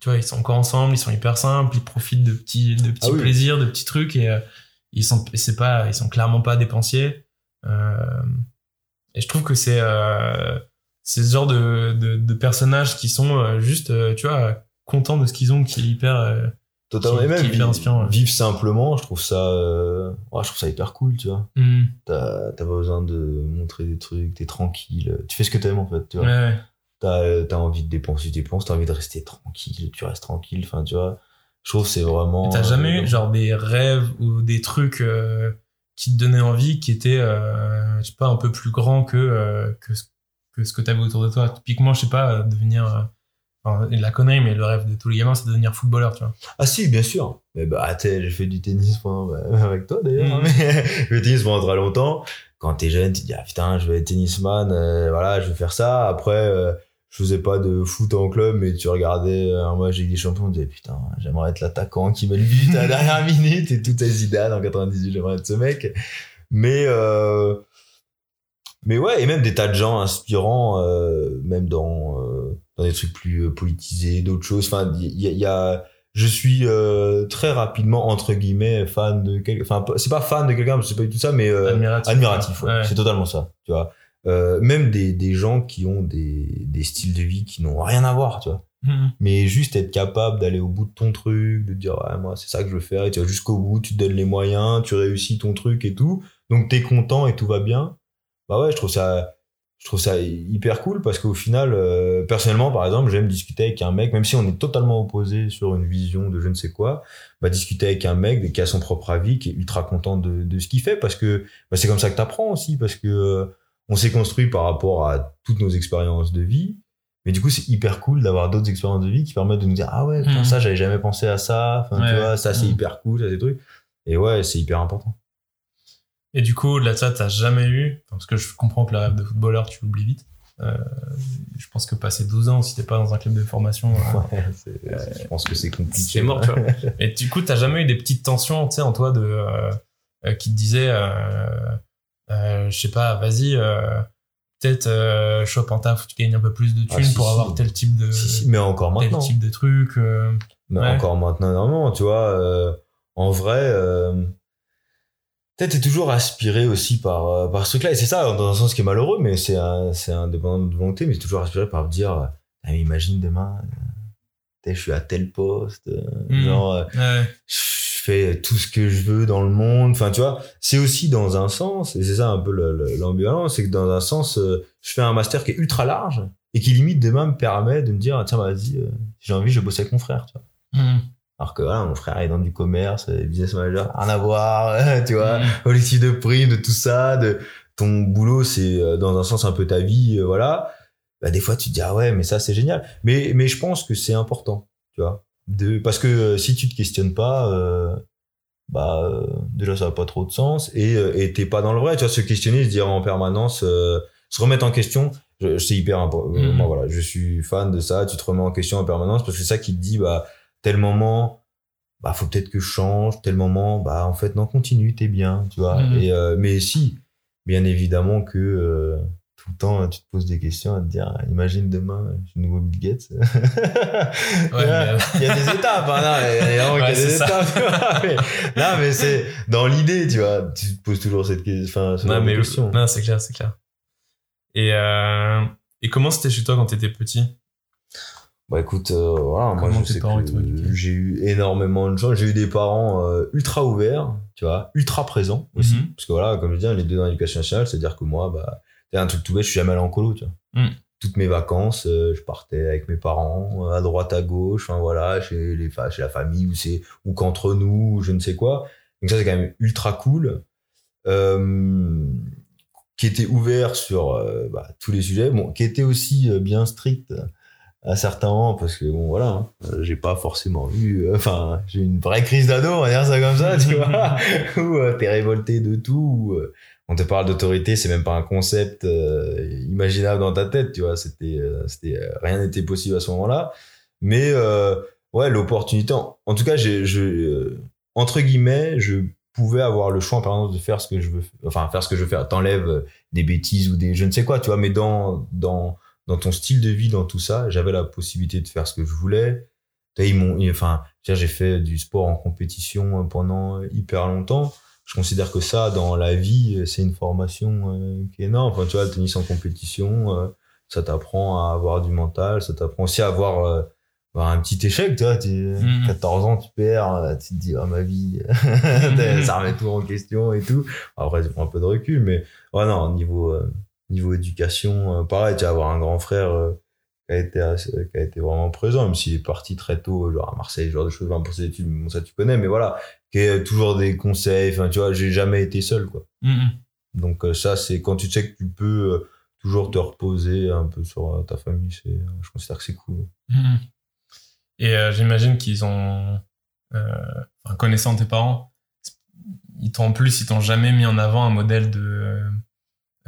tu vois, ils sont encore ensemble, ils sont hyper simples, ils profitent de petits, de petits Ah oui. plaisirs, de petits trucs et euh, ils sont, c'est pas, ils sont clairement pas dépensiers. Euh, et je trouve que c'est, euh, c'est ce genre de, de, de personnages qui sont euh, juste, euh, tu vois, contents de ce qu'ils ont, qui est hyper, euh, Totalement. qui- Et même, qui est hyper vivre, inspirant, ouais. vivre simplement, je trouve ça, euh, ouais, je trouve ça hyper cool, tu vois. mm, T'as, t'as pas besoin de montrer des trucs, t'es tranquille. Tu fais ce que t'aimes, en fait, tu vois. ouais, ouais. T'as, t'as envie de dépenser, tu dépenses, t'as envie de rester tranquille, tu restes tranquille, enfin, tu vois. Je trouve que c'est vraiment. Et t'as jamais euh, eu genre des rêves ou des trucs euh, qui te donnaient envie, qui étaient, euh, je sais pas, un peu plus grands que euh, que ce que ce que t'avais autour de toi. Typiquement, je sais pas, euh, devenir, euh, enfin, la connerie, mais le rêve de tous les gamins, c'est de devenir footballeur, tu vois. Ah si, bien sûr. Mais bah, tu sais, j'ai fait du tennis pendant, bah, avec toi d'ailleurs. Mhm. Mais j'ai fait du tennis pendant très longtemps. Quand t'es jeune, tu te dis, ah putain, je vais être tennisman, euh, voilà, je vais faire ça. Après, euh, je faisais pas de foot en club, mais tu regardais un match avec des champions, tu disais, putain, j'aimerais être l'attaquant qui met le but à la dernière minute et tout à Zidane en quatre-vingt-dix-huit, j'aimerais être ce mec. Mais, euh, mais ouais, et même des tas de gens inspirants, euh, même dans, euh, dans des trucs plus euh, politisés, d'autres choses. Enfin, il y, y, y a, je suis euh, très rapidement, entre guillemets, fan de quelqu'un. Enfin, c'est pas fan de quelqu'un, c'est pas du tout ça, mais euh, Admiratif. admiratif. Ouais. Ouais. C'est totalement ça, tu vois. Euh, même des, des gens qui ont des, des styles de vie qui n'ont rien à voir, tu vois. Mhm. Mais juste être capable d'aller au bout de ton truc, de te dire, ouais, moi, c'est ça que je veux faire, et tu vas jusqu'au bout, tu te donnes les moyens, tu réussis ton truc et tout. Donc, t'es content et tout va bien. Bah ouais, je trouve ça, je trouve ça hyper cool parce qu'au final, euh, personnellement, par exemple, j'aime discuter avec un mec, même si on est totalement opposés sur une vision de je ne sais quoi, bah, discuter avec un mec qui a son propre avis, qui est ultra content de, de ce qu'il fait parce que, bah, c'est comme ça que t'apprends aussi parce que, euh, on s'est construit par rapport à toutes nos expériences de vie. Mais du coup, c'est hyper cool d'avoir d'autres expériences de vie qui permettent de nous dire, ah ouais, putain, Mhm. ça, j'avais jamais pensé à ça. Enfin, Ouais. tu vois, ça, c'est Mhm. hyper cool, ça, c'est des trucs. Et ouais, c'est hyper important. Et du coup, au-delà de ça, t'as jamais eu, parce que je comprends que le rêve de footballeur, tu l'oublies vite. Euh, je pense que passer douze ans, si t'es pas dans un club de formation, euh, Ouais, c'est, je pense que c'est compliqué. c'est mort, tu vois. Et du coup, t'as jamais eu des petites tensions, tu sais, en toi, de, euh, euh, qui te disaient, euh, euh, je sais pas, vas-y, euh, peut-être euh, chope un taf où tu gagnes un peu plus de thunes Ah, si, pour si. avoir tel type de, Si, si, mais encore tel maintenant. type de truc. Euh, Mais Ouais. encore maintenant, énormément, tu vois. Euh, en vrai, euh, peut-être t'es toujours aspiré aussi par, euh, par ce truc-là. Et c'est ça, dans un sens qui est malheureux, mais c'est un, c'est indépendant de volonté, mais t'es toujours aspiré par dire, ah, mais imagine demain, euh, je suis à tel poste, euh, Mm. genre, euh, ouais. je fais tout ce que je veux dans le monde. Enfin, tu vois, c'est aussi dans un sens, et c'est ça un peu le- le- l'ambivalence, c'est que dans un sens, euh, je fais un master qui est ultra large et qui limite demain me permet de me dire, tiens, bah, vas-y, euh, si j'ai envie, je vais bosser avec mon frère, tu vois. Mm. Alors que voilà, mon frère est dans du commerce, euh, business manager, rien à voir, tu vois, Mm. collectif de primes, de tout ça, de ton boulot, c'est euh, dans un sens un peu ta vie, euh, voilà. Bah, des fois, tu te dis, ah ouais, mais ça, c'est génial. Mais, mais je pense que c'est important, tu vois. De, parce que euh, si tu te questionnes pas, euh, bah, euh, déjà, ça n'a pas trop de sens et euh, et t'es pas dans le vrai. Tu vois, se questionner, se dire en permanence, euh, se remettre en question, je, c'est hyper important. Mhm. Moi, voilà, je suis fan de ça. Tu te remets en question en permanence parce que c'est ça qui te dit, bah, tel moment, bah, faut peut-être que je change. Tel moment, bah, en fait, non, continue, t'es bien, tu vois. Mhm. Et, euh, mais si, bien évidemment que, euh, tout le temps, tu te poses des questions à te dire, imagine demain, je suis le nouveau Bill Gates. Ouais, mais- Il y a des étapes, hein, non, il y a, vraiment Ouais, qu'il y a des c'est ça. étapes. tu vois, mais, non, mais c'est dans l'idée, tu vois. Tu te poses toujours cette question, enfin, ce Non, genre de mais question. non, c'est clair, c'est clair. Et, euh, et comment c'était chez toi quand t'étais petit? Bah écoute, euh, voilà, moi Comment je tes sais parents que étaient éduqués? j'ai eu énormément de chance. J'ai eu des parents euh, ultra ouverts, tu vois, ultra présents aussi. Mhm. Parce que voilà, comme je dis, les deux dans l'éducation nationale, c'est-à-dire que moi, bah, c'est un truc tout bête, je suis jamais allé en colo, tu vois. Mhm. Toutes mes vacances, euh, je partais avec mes parents, euh, à droite, à gauche, enfin voilà, chez, les, fa- chez la famille, ou c'est, ou qu'entre nous, ou je ne sais quoi. Donc ça, c'est quand même ultra cool. Euh, qui était ouvert sur euh, bah, tous les sujets, bon, qui était aussi euh, bien strict à certains moments, parce que bon, voilà, hein, euh, j'ai pas forcément vu, euh, enfin, j'ai eu une vraie crise d'ado, on va dire ça comme ça, tu vois, où euh, t'es révolté de tout, où euh, on te parle d'autorité, c'est même pas un concept euh, imaginable dans ta tête, tu vois, c'était, euh, c'était, euh, rien n'était possible à ce moment-là, mais euh, ouais, l'opportunité, en, en tout cas, j'ai, je, euh, entre guillemets, je pouvais avoir le choix en permanence de faire ce que je veux, enfin, faire ce que je veux faire, t'enlèves des bêtises ou des je ne sais quoi, tu vois, mais dans, dans, dans ton style de vie, dans tout ça, j'avais la possibilité de faire ce que je voulais. Tu sais, ils m'ont, enfin, j'ai fait du sport en compétition pendant hyper longtemps. Je considère que ça, dans la vie, c'est une formation euh, qui est énorme. Enfin, tu vois, le tennis en compétition, euh, ça t'apprend à avoir du mental, ça t'apprend aussi à avoir, euh, avoir un petit échec, tu vois. Tu, mmh. quatorze ans, tu perds, tu te dis, ah, oh, ma vie, mmh. ça remet tout en question et tout. Après, tu prends un peu de recul, mais ouais, non, niveau, euh, niveau éducation, euh, pareil, tu vas avoir un grand frère euh, qui, a été assez, qui a été vraiment présent, même s'il est parti très tôt, genre à Marseille, genre de choses, enfin, pour ses études, bon, ça tu connais, mais voilà. Qui est toujours des conseils, enfin tu vois, j'ai jamais été seul quoi. Mmh. Donc euh, ça c'est quand tu sais que tu peux euh, toujours te reposer un peu sur euh, ta famille, c'est, je considère que c'est cool. Mmh. Et euh, j'imagine qu'ils ont, euh, enfin, connaissant tes parents, ils t'ont en plus ils t'ont jamais mis en avant un modèle de, euh,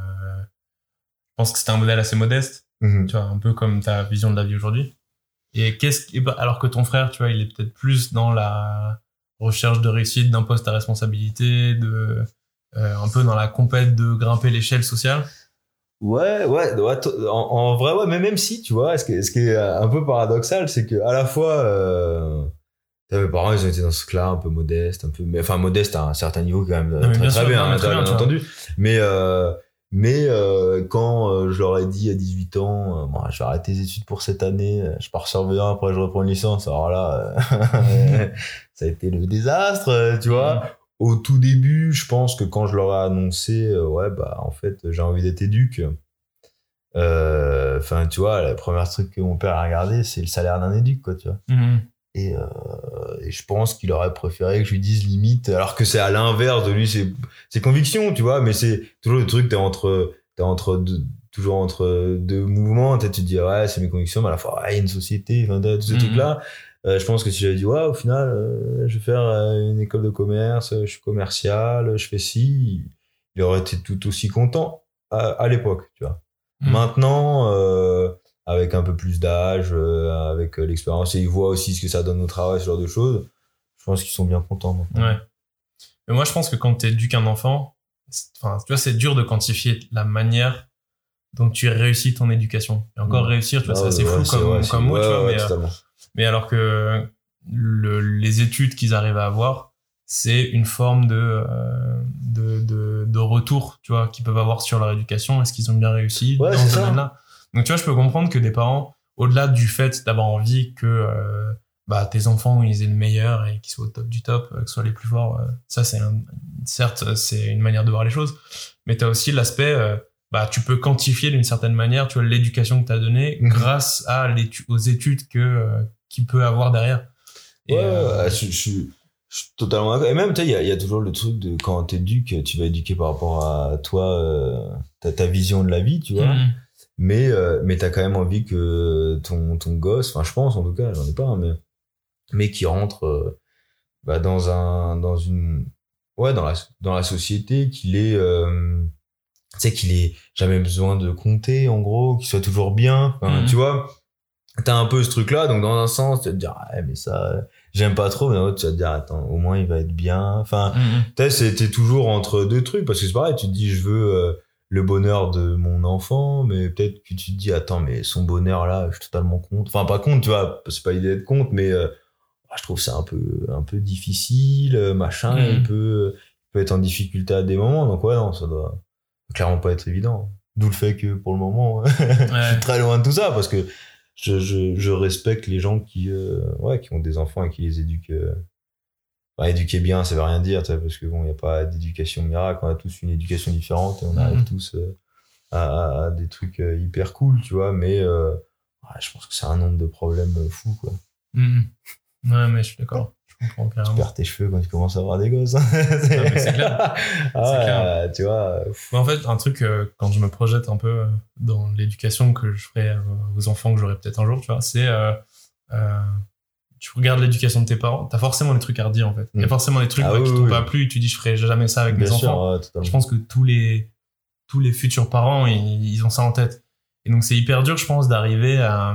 je pense que c'était un modèle assez modeste, mmh. tu vois, un peu comme ta vision de la vie aujourd'hui. Et qu'est-ce, et bah, alors que ton frère, tu vois, il est peut-être plus dans la recherche de réussite, d'un poste à responsabilité, de euh, un peu dans la compète de grimper l'échelle sociale. Ouais, ouais, ouais en, en vrai, ouais, mais même si, tu vois, ce qui est, ce qui est un peu paradoxal, c'est que à la fois, euh, mes parents, ils ont été dans ce cas-là, un peu modeste, un peu, mais enfin modeste à un certain niveau quand même, non, très bien, très, sûr, bien, non, très bien, bien entendu. Mais euh, mais euh, quand euh, je leur ai dit à dix-huit ans, euh, bon, je vais arrêter les études pour cette année, je pars sur V un, après je reprends une licence. Alors là, euh, ça a été le désastre, tu vois. Mmh. Au tout début, je pense que quand je leur ai annoncé, euh, ouais, bah en fait, j'ai envie d'être éduc. Enfin, euh, tu vois, le premier truc que mon père a regardé, c'est le salaire d'un éduc, quoi, tu vois. Mmh. Et, euh, et je pense qu'il aurait préféré que je lui dise limite, alors que c'est à l'inverse de lui, c'est ses convictions, tu vois, mais c'est toujours le truc, t'es entre, t'es entre deux, toujours entre deux mouvements, tu te dis, ouais, c'est mes convictions, mais à la fois, ouais, il y a une société, enfin, tous ces mmh. trucs-là. Euh, je pense que si j'avais dit, ouais, au final, euh, je vais faire euh, une école de commerce, je suis commercial, je fais ci, il aurait été tout aussi content à, à l'époque, tu vois. Mmh. Maintenant, euh, avec un peu plus d'âge, euh, avec l'expérience, et ils voient aussi ce que ça donne au travail, ce genre de choses, je pense qu'ils sont bien contents maintenant. Ouais. Mais moi, je pense que quand tu éduques un enfant, enfin, tu vois, c'est dur de quantifier la manière dont tu réussis ton éducation. Et encore mmh. réussir, tu vois, ah, c'est assez ouais, flou comme, vrai, comme mot, ouais, tu vois, ouais, mais, euh, mais alors que le, les études qu'ils arrivent à avoir, c'est une forme de, euh, de, de, de retour, tu vois, qu'ils peuvent avoir sur leur éducation. Est-ce qu'ils ont bien réussi ouais, dans ce domaine-là? Donc, tu vois, je peux comprendre que des parents, au-delà du fait d'avoir envie que euh, bah, tes enfants, ils aient le meilleur et qu'ils soient au top du top, euh, qu'ils soient les plus forts, euh, ça, c'est un, certes, c'est une manière de voir les choses. Mais tu as aussi l'aspect, euh, bah, tu peux quantifier d'une certaine manière, tu vois, l'éducation que tu as donnée mmh. grâce à l'étu- aux études que, euh, qu'il peut avoir derrière. Et, ouais, euh, je, je, je suis totalement d'accord. Et même, tu sais, il y a, y a toujours le truc de quand t'éduques, tu vas éduquer par rapport à toi, euh, ta, ta vision de la vie, tu vois. Mmh. Mais, euh, mais t'as quand même envie que ton, ton gosse, enfin, je pense, en tout cas, j'en ai pas, hein, mais, mais qui rentre, euh, bah, dans un, dans une, ouais, dans la, dans la société, qu'il est, euh, tu sais, qu'il ait jamais besoin de compter, en gros, qu'il soit toujours bien, enfin, mmh. tu vois. T'as un peu ce truc-là, donc dans un sens, tu vas te dire, ah, mais ça, j'aime pas trop, mais dans l'autre, tu vas te dire, attends, au moins, il va être bien. Enfin, mmh. tu sais, t'es toujours entre deux trucs, parce que c'est pareil, tu te dis, je veux, euh, le bonheur de mon enfant, mais peut-être que tu te dis, attends, mais son bonheur là, je suis totalement contre. Enfin, pas contre, tu vois, c'est pas l'idée d'être contre, mais euh, je trouve ça un peu, un peu difficile, machin, mmh. il peut, il peut être en difficulté à des moments, donc ouais, non, ça doit clairement pas être évident. D'où le fait que pour le moment, ouais. je suis très loin de tout ça, parce que je, je, je respecte les gens qui, euh, ouais, qui ont des enfants et qui les éduquent. Euh, Bah, éduquer bien, ça veut rien dire, tu sais, parce que bon, il n'y a pas d'éducation miracle, on a tous une éducation différente et on arrive mmh. tous euh, à, à des trucs euh, hyper cool, tu vois, mais euh, ouais, je pense que c'est un nombre de problèmes euh, fous, quoi. Mmh. Ouais, mais je suis d'accord, je comprends clairement. Tu perds tes cheveux quand tu commences à avoir des gosses. c'est... Non, mais c'est clair. ah, c'est ouais, clair. Tu vois. Mais en fait, un truc, euh, quand je me projette un peu dans l'éducation que je ferai euh, aux enfants que j'aurai peut-être un jour, tu vois, c'est... Euh, euh, tu regardes l'éducation de tes parents, t'as forcément des trucs à redire en fait. Il y a forcément des trucs ah, ouais, oui, qui t'ont oui. pas plu et tu dis je ferai jamais ça avec Bien mes sûr, enfants. Ouais, je pense que tous les tous les futurs parents ils, ils ont ça en tête. Et donc c'est hyper dur, je pense, d'arriver à,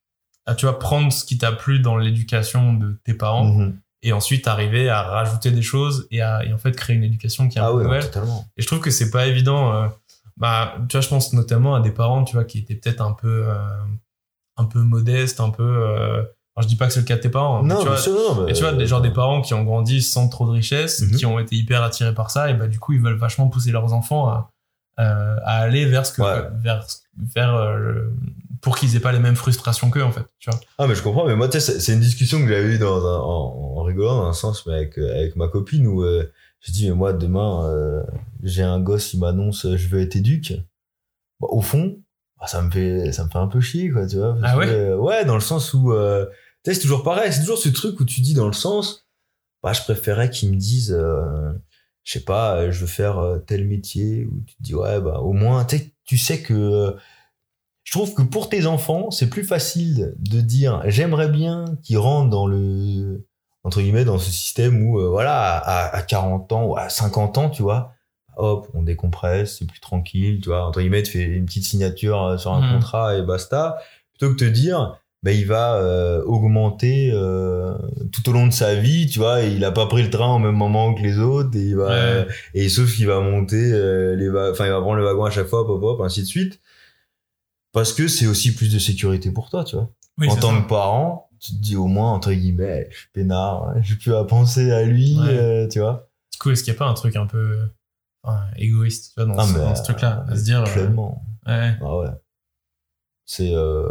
à tu vois prendre ce qui t'a plu dans l'éducation de tes parents mm-hmm. et ensuite arriver à rajouter des choses et à et en fait créer une éducation qui est un ah, peu ouais, nouvelle. Totalement. Et je trouve que c'est pas évident. Euh, bah tu vois, je pense notamment à des parents tu vois qui étaient peut-être un peu euh, un peu modestes, un peu euh, Alors, je dis pas que c'est le cas de tes parents. Non, tu vois, sûr, non, mais et tu vois, des, genre des parents qui ont grandi sans trop de richesse, Mm-hmm. qui ont été hyper attirés par ça, et bah, du coup, ils veulent vachement pousser leurs enfants à, euh, à aller vers ce que, Ouais. vers, vers, euh, le- pour qu'ils aient pas les mêmes frustrations qu'eux, en fait, tu vois. Ah, mais je comprends, mais moi, tu sais, c'est, c'est une discussion que j'avais eue dans un, en, en rigolant, dans un sens, mais avec, avec ma copine, où euh, je dis, mais moi, demain, euh, j'ai un gosse, il m'annonce, euh, je veux être éduc. Bah, au fond, bah, ça me fait, ça me fait un peu chier, quoi, tu vois. Parce Ah ouais que, euh, ouais, dans le sens où, euh, tu sais, c'est toujours pareil, c'est toujours ce truc où tu dis dans le sens, bah, je préférais qu'ils me disent, euh, je sais pas, euh, je veux faire euh, tel métier, où tu te dis, ouais, bah, au moins, tu sais, tu sais que, euh, je trouve que pour tes enfants, c'est plus facile de dire, j'aimerais bien qu'ils rentrent dans le, entre guillemets, dans ce système où, euh, voilà, à, à quarante ans ou à cinquante ans, tu vois, hop, on décompresse, c'est plus tranquille, tu vois, entre guillemets, tu fais une petite signature euh, sur un Mhm. contrat et basta, plutôt que de te dire, ben, il va euh, augmenter euh, tout au long de sa vie, tu vois, et il a pas pris le train au même moment que les autres, et il va, Ouais. et sauf qu'il va monter euh, les va- enfin, il va prendre le wagon à chaque fois, hop, hop, ainsi de suite. Parce que c'est aussi plus de sécurité pour toi, tu vois. Oui, En c'est tant ça. que parent, tu te dis au moins, entre guillemets, je suis peinard, hein, j'ai plus à penser à lui, Ouais. euh, tu vois. Du coup, est-ce qu'il y a pas un truc un peu enfin, égoïste, tu vois, dans, Ah, ce, mais, dans ce truc-là, à se dire, euh, Pleinement. ouais. Ah ouais. C'est, euh...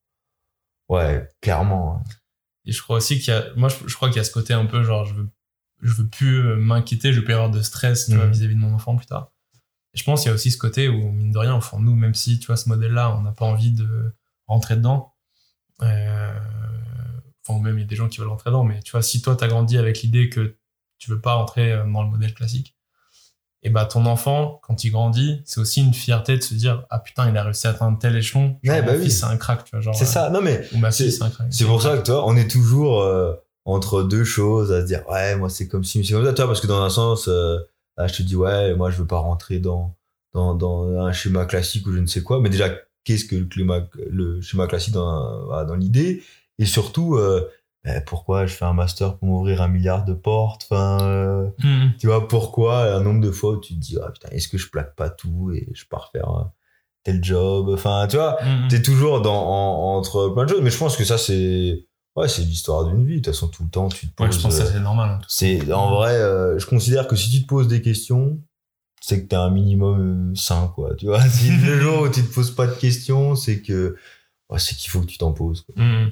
ouais, clairement. Et je crois aussi qu'il y a, moi, je, je crois qu'il y a ce côté un peu genre, je veux, je veux plus euh, m'inquiéter, je veux plus avoir de stress, tu vois, Mhm. vis-à-vis de mon enfant plus tard. Et je pense qu'il y a aussi ce côté où, mine de rien, au fond de nous, même si, tu vois, ce modèle-là, on n'a pas envie de rentrer dedans, euh, enfin, ou même il y a des gens qui veulent rentrer dedans, mais tu vois, si toi, t'as grandi avec l'idée que tu veux pas rentrer euh, dans le modèle classique, et bah, ton enfant, quand il grandit, c'est aussi une fierté de se dire, ah putain, il a réussi à atteindre tel échelon, genre, Ouais, bah mon oui. fils, c'est un crack, tu vois, genre, C'est euh, ça. Non, mais ou ma c'est- fille, c'est un crack. c'est pour ça que, toi, on est toujours euh, entre deux choses à se dire, ouais, moi, c'est comme ci, c'est comme ça, toi, parce que dans un sens, euh, là, je te dis, ouais, moi, je veux pas rentrer dans, dans, dans un schéma classique ou je ne sais quoi. Mais déjà, qu'est-ce que le, climat, le schéma classique dans, voilà, dans l'idée? Et surtout, euh, ben, pourquoi je fais un master pour m'ouvrir un milliard de portes? Enfin, euh, Mhm. tu vois, pourquoi un nombre de fois où tu te dis, ah putain, est-ce que je plaque pas tout et je pars faire euh, tel job? Enfin, tu vois, Mhm. t'es toujours dans, en- entre plein de choses. Mais je pense que ça, c'est, ouais, c'est l'histoire d'une vie. De toute façon, tout le temps, tu te poses. Ouais, je pense que ça, euh, c'est normal. hein, tout ça. c'est, en vrai, euh, je considère que si tu te poses des questions, c'est que t'es un minimum euh, sain, quoi. Tu vois, si le jour où tu te poses pas de questions, c'est que, ouais, c'est qu'il faut que tu t'en poses, quoi. Mhm.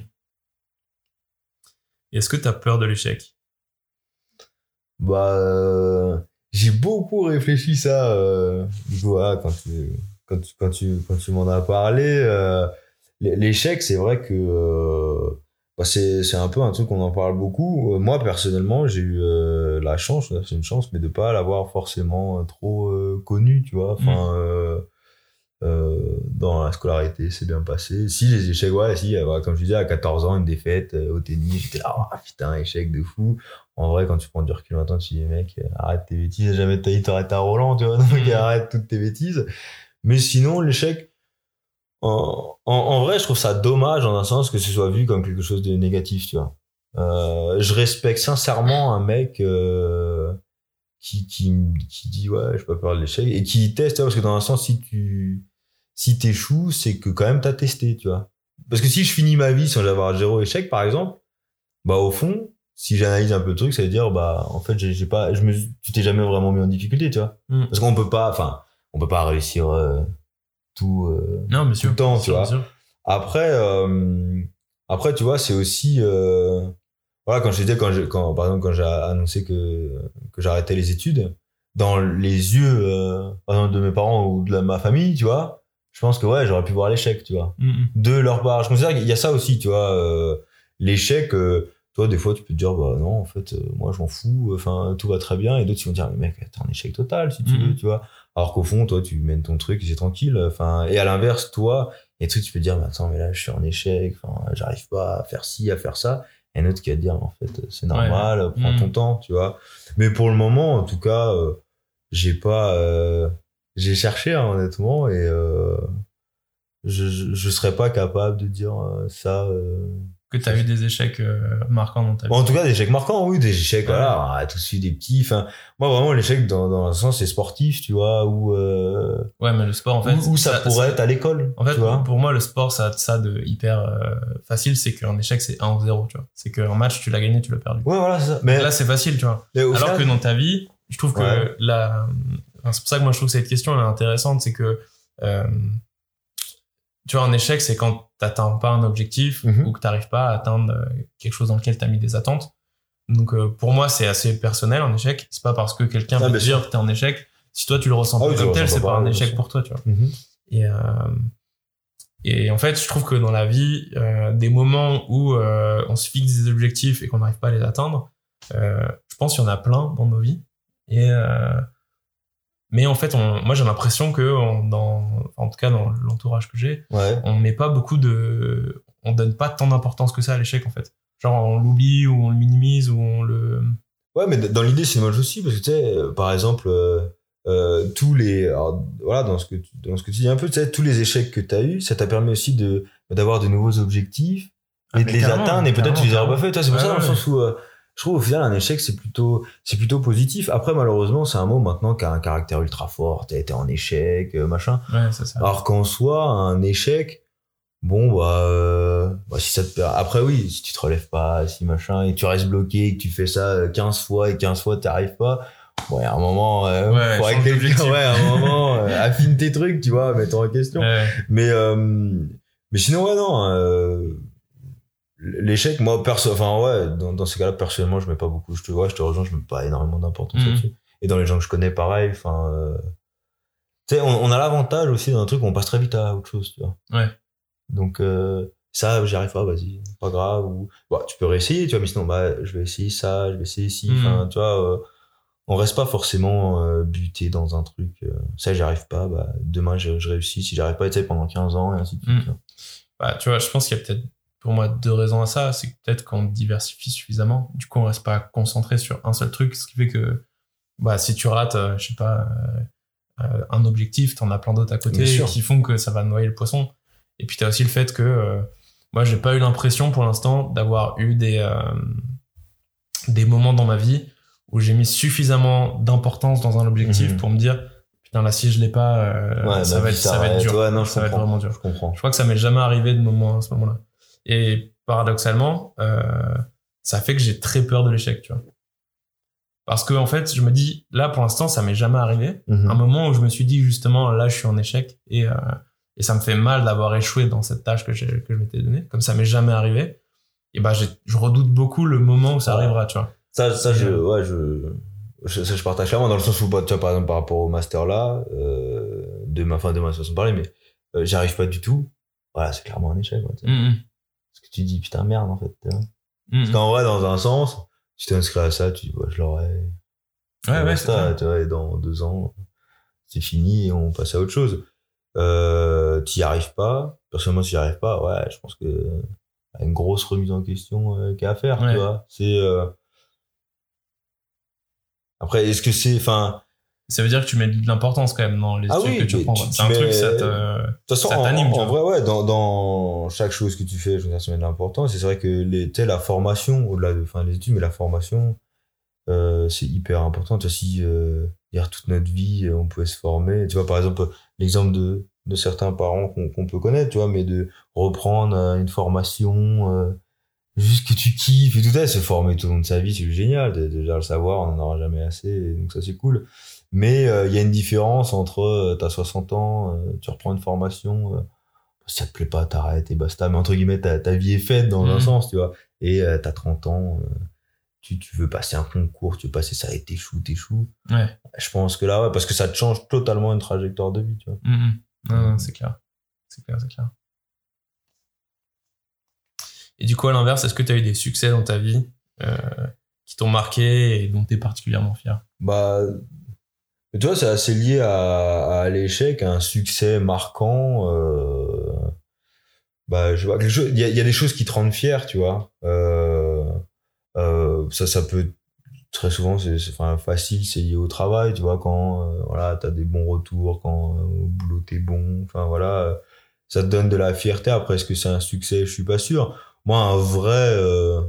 Et est-ce que t'as peur de l'échec? Bah, euh, j'ai beaucoup réfléchi ça, euh, du coup, ah, quand tu, quand tu, quand tu, quand tu m'en as parlé, euh, l'échec, c'est vrai que, euh, bah, c'est, c'est un peu un truc qu'on en parle beaucoup. Euh, Moi, personnellement, j'ai eu euh, la chance, c'est une chance, mais de pas l'avoir forcément trop euh, connu, tu vois. Enfin, euh, euh, dans la scolarité, c'est bien passé. Si, les échecs, ouais, si, euh, ouais, comme je disais, à quatorze ans, une défaite euh, au tennis, j'étais là, oh, putain, échec de fou. En vrai, quand tu prends du recul maintenant, tu dis, mec, euh, arrête tes bêtises, jamais ta vie t'arrête à Roland, tu vois, donc Mhm. arrête toutes tes bêtises. Mais sinon, l'échec, en, en, en vrai, je trouve ça dommage, dans un sens, que ce soit vu comme quelque chose de négatif, tu vois. Euh, je respecte sincèrement un mec euh, qui, qui, qui dit, ouais, j'ai pas peur de l'échec, et qui teste, tu vois, parce que dans un sens, si tu si t'échoues, c'est que quand même t'as testé, tu vois. Parce que si je finis ma vie sans avoir zéro échec, par exemple, bah au fond, si j'analyse un peu le truc, ça veut dire, bah en fait, j'ai, j'ai pas, je me, tu t'es jamais vraiment mis en difficulté, tu vois. Mm. Parce qu'on peut pas, enfin, on peut pas réussir euh, tout, euh, Non, bien tout sûr. le temps, bien tu sûr, vois. bien sûr. Après, euh, après, tu vois, c'est aussi, euh, voilà, quand je disais, quand, je, quand par exemple, quand j'ai annoncé que que j'arrêtais les études, dans les yeux, euh, par exemple, de mes parents ou de la, ma famille, tu vois, je pense que ouais, j'aurais pu voir l'échec, tu vois, Mhm. de leur part. Je considère qu'il y a ça aussi, tu vois, euh, l'échec. Euh, toi, des fois, tu peux te dire, bah non, en fait, euh, moi, je m'en fous. Enfin, tout va très bien. Et d'autres, ils vont dire, mais mec, t'es en échec total, si tu Mhm. veux, tu vois. Alors qu'au fond, toi, tu mènes ton truc, et c'est tranquille. Enfin, et à l'inverse, toi, il y a des trucs, tu peux te dire, mais attends, mais là, je suis en échec. Enfin, j'arrive pas à faire ci, à faire ça. Et un autre qui va te dire, en fait, c'est normal, Ouais. prends Mhm. ton temps, tu vois. Mais pour le moment, en tout cas, euh, j'ai pas, euh, j'ai cherché, hein, honnêtement, et euh, je, je, je serais pas capable de dire euh, ça, euh, que t'as eu des échecs euh, marquants dans ta vie? Bon, en tout cas, des échecs marquants, oui, des échecs, ouais. Voilà, on a tous eu des petits, enfin, moi, vraiment, l'échec, dans, dans un sens, c'est sportif, tu vois, ou, euh, ouais, mais le sport, en fait. Où, où ça, ça pourrait ça, être à l'école. En fait, tu vois. Pour moi, le sport, ça a ça de hyper euh, facile, c'est qu'un échec, c'est un ou zéro, tu vois. C'est qu'un match, tu l'as gagné, tu l'as perdu. Ouais, voilà, c'est ça. Mais là, c'est facile, tu vois. Alors final, que dans ta vie, je trouve que ouais. la, enfin, c'est pour ça que moi, je trouve que cette question, elle est intéressante, c'est que, euh, tu vois, un échec, c'est quand t'atteins pas un objectif mm-hmm. ou que t'arrives pas à atteindre quelque chose dans lequel t'as mis des attentes. Donc, euh, pour moi, c'est assez personnel, un échec. C'est pas parce que quelqu'un ah, peut te dire que t'es en échec. Si toi, tu le ressens ah, pas comme tel, c'est pas, pas un échec pour toi, tu vois. Mm-hmm. Et, euh, et en fait, je trouve que dans la vie, euh, des moments où euh, on se fixe des objectifs et qu'on n'arrive pas à les atteindre, euh, je pense qu'il y en a plein dans nos vies. Et, euh, mais en fait, on, moi, j'ai l'impression que on, dans, en tout cas, dans l'entourage que j'ai, ouais. on met pas beaucoup de, on donne pas tant d'importance que ça à l'échec, en fait. Genre, on l'oublie ou on le minimise ou on le... Ouais, mais dans l'idée, c'est une bonne chose aussi, parce que tu sais, par exemple, euh, euh, tous les, alors, voilà, dans ce que tu, dans ce que tu dis un peu, tu sais, tous les échecs que t'as eu, ça t'a permis aussi de, d'avoir de nouveaux objectifs et ah, de les atteindre, et peut-être tu les aurais pas fait. Toi, c'est pour ouais, ça, dans ouais. le sens où, euh, je trouve, au final, un échec, c'est plutôt, c'est plutôt positif. Après, malheureusement, c'est un mot maintenant qui a un caractère ultra fort. T'as été en échec, machin. Ouais, c'est ça. Alors qu'en soi, un échec, bon, bah, euh, bah, si ça te perd. Après, oui, si tu te relèves pas, si machin, et tu restes bloqué, et que tu fais ça quinze fois, et quinze fois, t'arrives pas. Bon, à un moment, euh, ouais, faudrait que quelqu'un, ouais, à un moment, euh, affine tes trucs, tu vois, mets-toi en question. Ouais. Mais, euh, mais sinon, ouais, non, euh, l'échec, moi, perso, enfin, ouais, dans, dans ces cas-là, personnellement, je mets pas beaucoup, je te vois, je te rejoins, je mets pas énormément d'importance mmh. là-dessus. Et dans les gens que je connais, pareil, enfin, euh, tu sais, on, on a l'avantage aussi dans un truc où on passe très vite à autre chose, tu vois. Ouais. Donc, euh, ça, j'y arrive pas, vas-y, pas grave, ou, bah, tu peux réessayer, tu vois, mais sinon, bah, je vais essayer ça, je vais essayer ci, enfin, mmh. tu vois, euh, on reste pas forcément, euh, buté dans un truc, euh, ça, j'y arrive pas, bah, demain, je, je réussis, si j'y arrive pas, tu sais, pendant quinze ans, et ainsi de suite, mmh. tu vois. Bah, tu vois, je pense qu'il y a peut-être, pour moi, deux raisons à ça. C'est que peut-être qu'on diversifie suffisamment. Du coup, on reste pas concentré sur un seul truc, ce qui fait que, bah, si tu rates, euh, je sais pas, euh, euh, un objectif, t'en as plein d'autres à côté qui font que ça va noyer le poisson. Et puis t'as aussi le fait que, euh, moi, j'ai pas eu l'impression pour l'instant d'avoir eu des, euh, des moments dans ma vie où j'ai mis suffisamment d'importance dans un objectif mmh. pour me dire, putain, là, si je l'ai pas, euh, ouais, ça, va être, ça, ça va être dur. Ouais, non, ça va être vraiment dur. Je comprends. Je crois que ça m'est jamais arrivé de moment, à ce moment-là. Et paradoxalement, euh, ça fait que j'ai très peur de l'échec, tu vois. Parce que, en fait, je me dis, là, pour l'instant, ça m'est jamais arrivé. Mm-hmm. Un moment où je me suis dit, justement, là, je suis en échec et, euh, et ça me fait mal d'avoir échoué dans cette tâche que, j'ai, que je m'étais donnée. Comme ça m'est jamais arrivé. Et ben, j'ai, je redoute beaucoup le moment où ça ouais. arrivera, tu vois. Ça, ça, je, ouais, je, je, je partage clairement dans le sens où, tu vois, par exemple, par rapport au master là, euh, de ma fin de ma façon de parler, mais, euh, j'y arrive pas du tout. Voilà, c'est clairement un échec, quoi, tu sais. Mm-hmm. Parce que tu dis, putain, merde, en fait. Mmh. Parce qu'en vrai, dans un sens, si t'es inscrit à ça, tu dis, ouais, je l'aurais. Ouais, ouais, c'est ça. Tu vois, et dans deux ans, c'est fini et on passe à autre chose. Euh, t'y arrives pas. Personnellement, si j'y arrive pas, ouais, je pense que, y a une grosse remise en question, euh, qu'il y a à faire, ouais. tu vois. C'est, euh... Après, est-ce que c'est, enfin, ça veut dire que tu mets de l'importance quand même dans les ah trucs oui, que tu prends. Tu, c'est un mets... truc, ça te, de toute façon, ça t'anime. En, en vrai, ouais, dans, dans chaque chose que tu fais, je veux dire, tu mets de l'importance. Et c'est vrai que les, tu sais, la formation, au-delà de, enfin, les études, mais la formation, euh, c'est hyper important. Tu vois, si, euh, hier, toute notre vie, on pouvait se former. Tu vois, par exemple, l'exemple de, de certains parents qu'on, qu'on peut connaître, tu vois, mais de reprendre une formation, euh, juste que tu kiffes et tout ça, se former tout au long de sa vie, c'est génial. Déjà, le savoir, on n'en aura jamais assez. Donc ça, c'est cool. Mais il euh, y a une différence entre euh, t'as soixante ans, euh, tu reprends une formation, euh, si ça te plaît pas, t'arrêtes et basta. Mais entre guillemets, ta, ta vie est faite dans mmh. un sens, tu vois. Et euh, t'as trente ans, euh, tu, tu veux passer un concours, tu veux passer ça et t'échoues, t'échoues. Ouais. Je pense que là, ouais, parce que ça te change totalement une trajectoire de vie, tu vois. Mmh. Non, non, c'est clair. C'est clair, c'est clair. Et du coup, à l'inverse, est-ce que t'as eu des succès dans ta vie euh, qui t'ont marqué et dont t'es particulièrement fier? Bah... Mais tu vois, c'est assez lié à, à l'échec, à un succès marquant. Euh, bah, je vois quelque chose. Il y a, y a des choses qui te rendent fier, tu vois. Euh, euh, ça, ça peut très souvent, c'est, c'est enfin, facile, c'est lié au travail, tu vois. Quand euh, voilà, t'as des bons retours, quand euh, au boulot t'es bon, enfin voilà, euh, ça te donne de la fierté. Après, est-ce que c'est un succès? Je suis pas sûr. moi, un vrai, euh,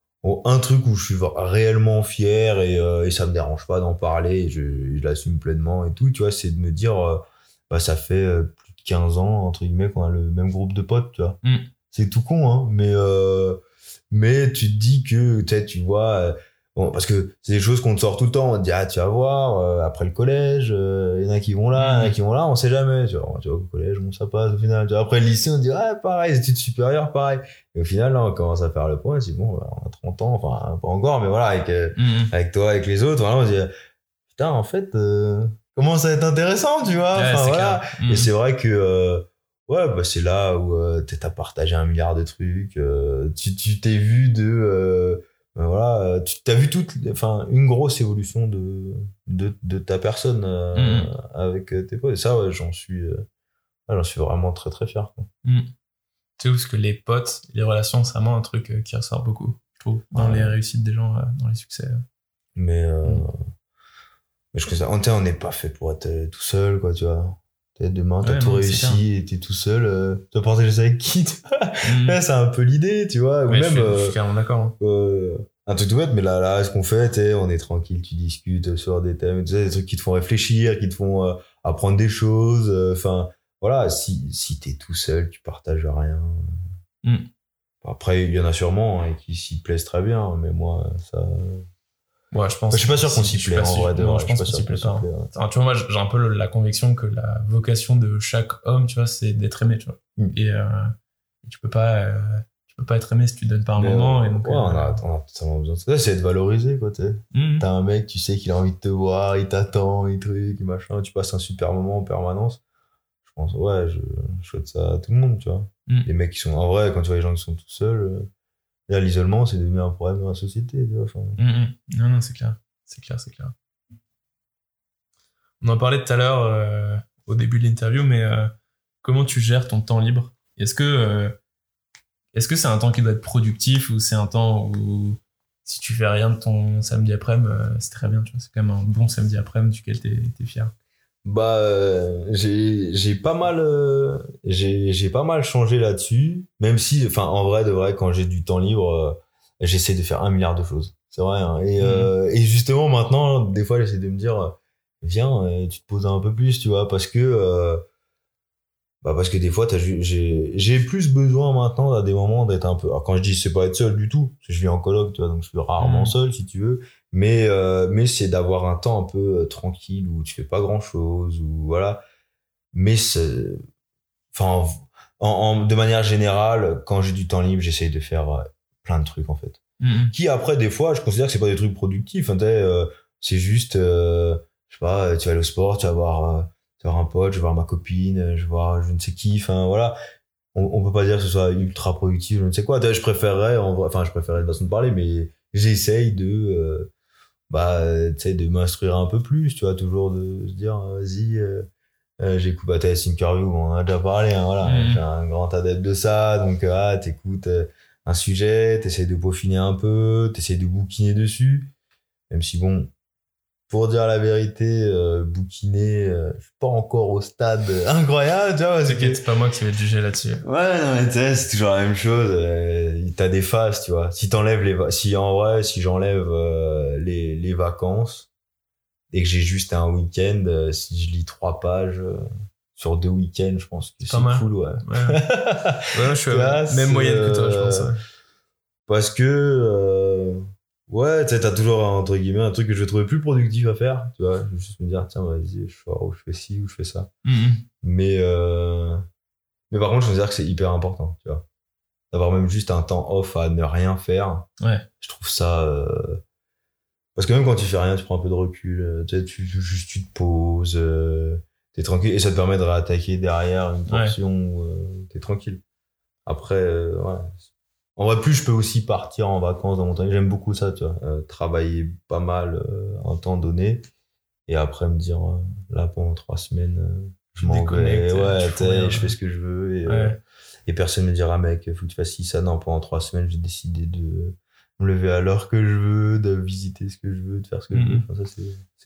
un truc où je suis réellement fier et, euh, et ça me dérange pas d'en parler, et je, je l'assume pleinement et tout, tu vois, c'est de me dire, euh, bah, ça fait euh, plus de quinze ans, entre guillemets, qu'on a le même groupe de potes, tu vois. Mm. C'est tout con, hein, mais, euh, mais tu te dis que, tu sais, tu vois, euh, bon, parce que c'est des choses qu'on te sort tout le temps, on te dit, ah, tu vas voir, euh, après le collège, il euh, y en a qui vont là, il y en a qui vont là, on sait jamais, tu vois, tu vois, au collège, bon, ça passe, au final, tu vois, après le lycée, on te dit, ah, pareil, les études supérieures, pareil. Et au final, là, on commence à faire le point, on se dit, bon, on a trente ans, enfin, pas encore, mais voilà, avec, euh, mmh. avec toi, avec les autres, voilà, on se dit, putain, en fait, euh, comment ça va être intéressant, tu vois, ouais, enfin, voilà. Mmh. Et c'est vrai que, euh, ouais, bah, c'est là où euh, t'as partagé un milliard de trucs, euh, tu, tu t'es vu de, euh, ben voilà, tu t'as vu toute, enfin, une grosse évolution de, de, de ta personne euh, mmh. avec tes potes. Et ça, ouais, j'en suis, euh, j'en suis vraiment très très fier. Quoi. Mmh. Tu sais, parce que les potes, les relations, c'est vraiment un truc qui ressort beaucoup, je trouve, dans ouais. les réussites des gens, dans les succès. Mais, euh, mmh. mais je trouve ça, on n'est pas fait pour être tout seul, quoi, tu vois. T'es demain, t'as ouais, tout non, réussi et t'es tout seul, euh, tu vas partager ça avec qui, tu vois. Mmh. Là, c'est un peu l'idée, tu vois. Ou ouais, même, je suis, euh, je suis carrément d'accord. Hein. Euh, un truc tout bête, mais là, là, ce qu'on fait, t'es, on est tranquille, tu discutes sur des thèmes, tu sais, des trucs qui te font réfléchir, qui te font euh, apprendre des choses. Enfin, euh, voilà, si, si t'es tout seul, tu partages rien. Mmh. Après, il y en a sûrement hein, qui s'y plaisent très bien, mais moi, ça. Ouais, je pense. Je suis pas sûr qu'on s'y plaît en vrai. Non, je pense qu'on s'y plaît pas. Enfin, tu vois, moi, j'ai un peu la conviction que la vocation de chaque homme, tu vois, c'est d'être aimé, tu vois. Mm. Et euh, tu peux pas, euh, tu peux pas être aimé si tu donnes pas un mais moment. Euh, et donc, ouais, euh, on a, on a totalement besoin de ça. C'est être valorisé, quoi, tu sais. Mm. T'as un mec, tu sais qu'il a envie de te voir, il t'attend, il truc, machin. Tu passes un super moment en permanence. Je pense, ouais, je, je souhaite ça à tout le monde, tu vois. Mm. Les mecs qui sont, en vrai, quand tu vois les gens qui sont tout seuls, euh, là, l'isolement, c'est devenu un problème dans la société, tu vois. Enfin, mm. Non, non, c'est clair. C'est clair, c'est clair. On en parlait tout à l'heure euh, au début de l'interview, mais euh, comment tu gères ton temps libre ? Est-ce que euh, est-ce que c'est un temps qui doit être productif ou c'est un temps où si tu fais rien de ton samedi après-midi, euh, c'est très bien, tu vois, c'est quand même un bon samedi après-midi duquel t'es, t'es fier. Bah, euh, j'ai j'ai pas mal euh, j'ai j'ai pas mal changé là-dessus, même si, enfin, en vrai de vrai, quand j'ai du temps libre, euh, j'essaie de faire un milliard de choses. C'est vrai, hein. Et, mmh. euh, et justement, maintenant, des fois, j'essaie de me dire, viens, tu te poses un peu plus, tu vois, parce que, euh, bah, parce que des fois, t'as, j'ai, j'ai plus besoin maintenant, à des moments, d'être un peu, alors quand je dis, c'est pas être seul du tout, parce que je vis en coloc, tu vois, donc je suis rarement mmh. seul, si tu veux, mais, euh, mais c'est d'avoir un temps un peu euh, tranquille, où tu fais pas grand chose, ou voilà. Mais c'est, enfin, en, en, de manière générale, quand j'ai du temps libre, j'essaye de faire euh, plein de trucs, en fait. Mmh. Qui après des fois je considère que c'est pas des trucs productifs hein, euh, c'est juste euh, je sais pas, tu vas aller au sport, tu vas voir euh, tu vas voir un pote, je vais voir ma copine, je vais voir je ne sais qui, enfin voilà, on, on peut pas dire que ce soit ultra productif, je ne sais quoi. Je préférerais en vrai, enfin je préférerais de façon de parler, mais j'essaye de euh, bah tu sais de m'instruire un peu plus, tu vois, toujours de se dire vas-y euh, euh, j'écoute bah t'as Thinkerview, on en a déjà parlé hein, voilà, mmh. je suis un grand adepte de ça, donc ah t'écoutes euh, un sujet, t'essayes de peaufiner un peu, t'essayes de bouquiner dessus, même si bon, pour dire la vérité, euh, bouquiner, euh, je suis pas encore au stade incroyable, tu vois. T'inquiète, c'est pas moi qui vais te juger là-dessus. Ouais, non, mais tu sais, c'est toujours la même chose, euh, t'as des phases, tu vois. Si t'enlèves les, va- si en vrai, si j'enlève euh, les, les vacances, et que j'ai juste un week-end, euh, si je lis trois pages, euh, sur deux week-ends, je pense que c'est, c'est cool, ouais. Ouais, ouais je suis à même moyenne que toi, je pense. Ouais. Parce que, euh, ouais, tu sais, t'as toujours, entre guillemets, un truc que je vais trouver plus productif à faire, tu vois. Je vais juste me dire, tiens, vas-y, je fais, ou je fais ci, ou je fais ça. Mm-hmm. Mais, euh, mais par contre, je considère que c'est hyper important, tu vois. D'avoir même juste un temps off à ne rien faire. Ouais. Je trouve ça, euh, parce que même quand tu fais rien, tu prends un peu de recul, tu sais, tu, tu, juste tu te poses, euh, t'es tranquille, et ça te permet de réattaquer derrière une portion ouais. où euh, t'es tranquille. Après, euh, ouais. En vrai, plus je peux aussi partir en vacances dans mon temps. J'aime beaucoup ça, tu vois. Euh, travailler pas mal euh, un temps donné, et après me dire, euh, là, pendant trois semaines, euh, je m'en vais, ouais, tu sais, je fais ce que je veux, et, ouais. euh, et personne me dira, mec, faut que tu fasses ci, ça. Non, pendant trois semaines, j'ai décidé de me lever à l'heure que je veux, de visiter ce que je veux, de faire ce que mm-hmm. je veux. Enfin, ça, c'est, c'est cool.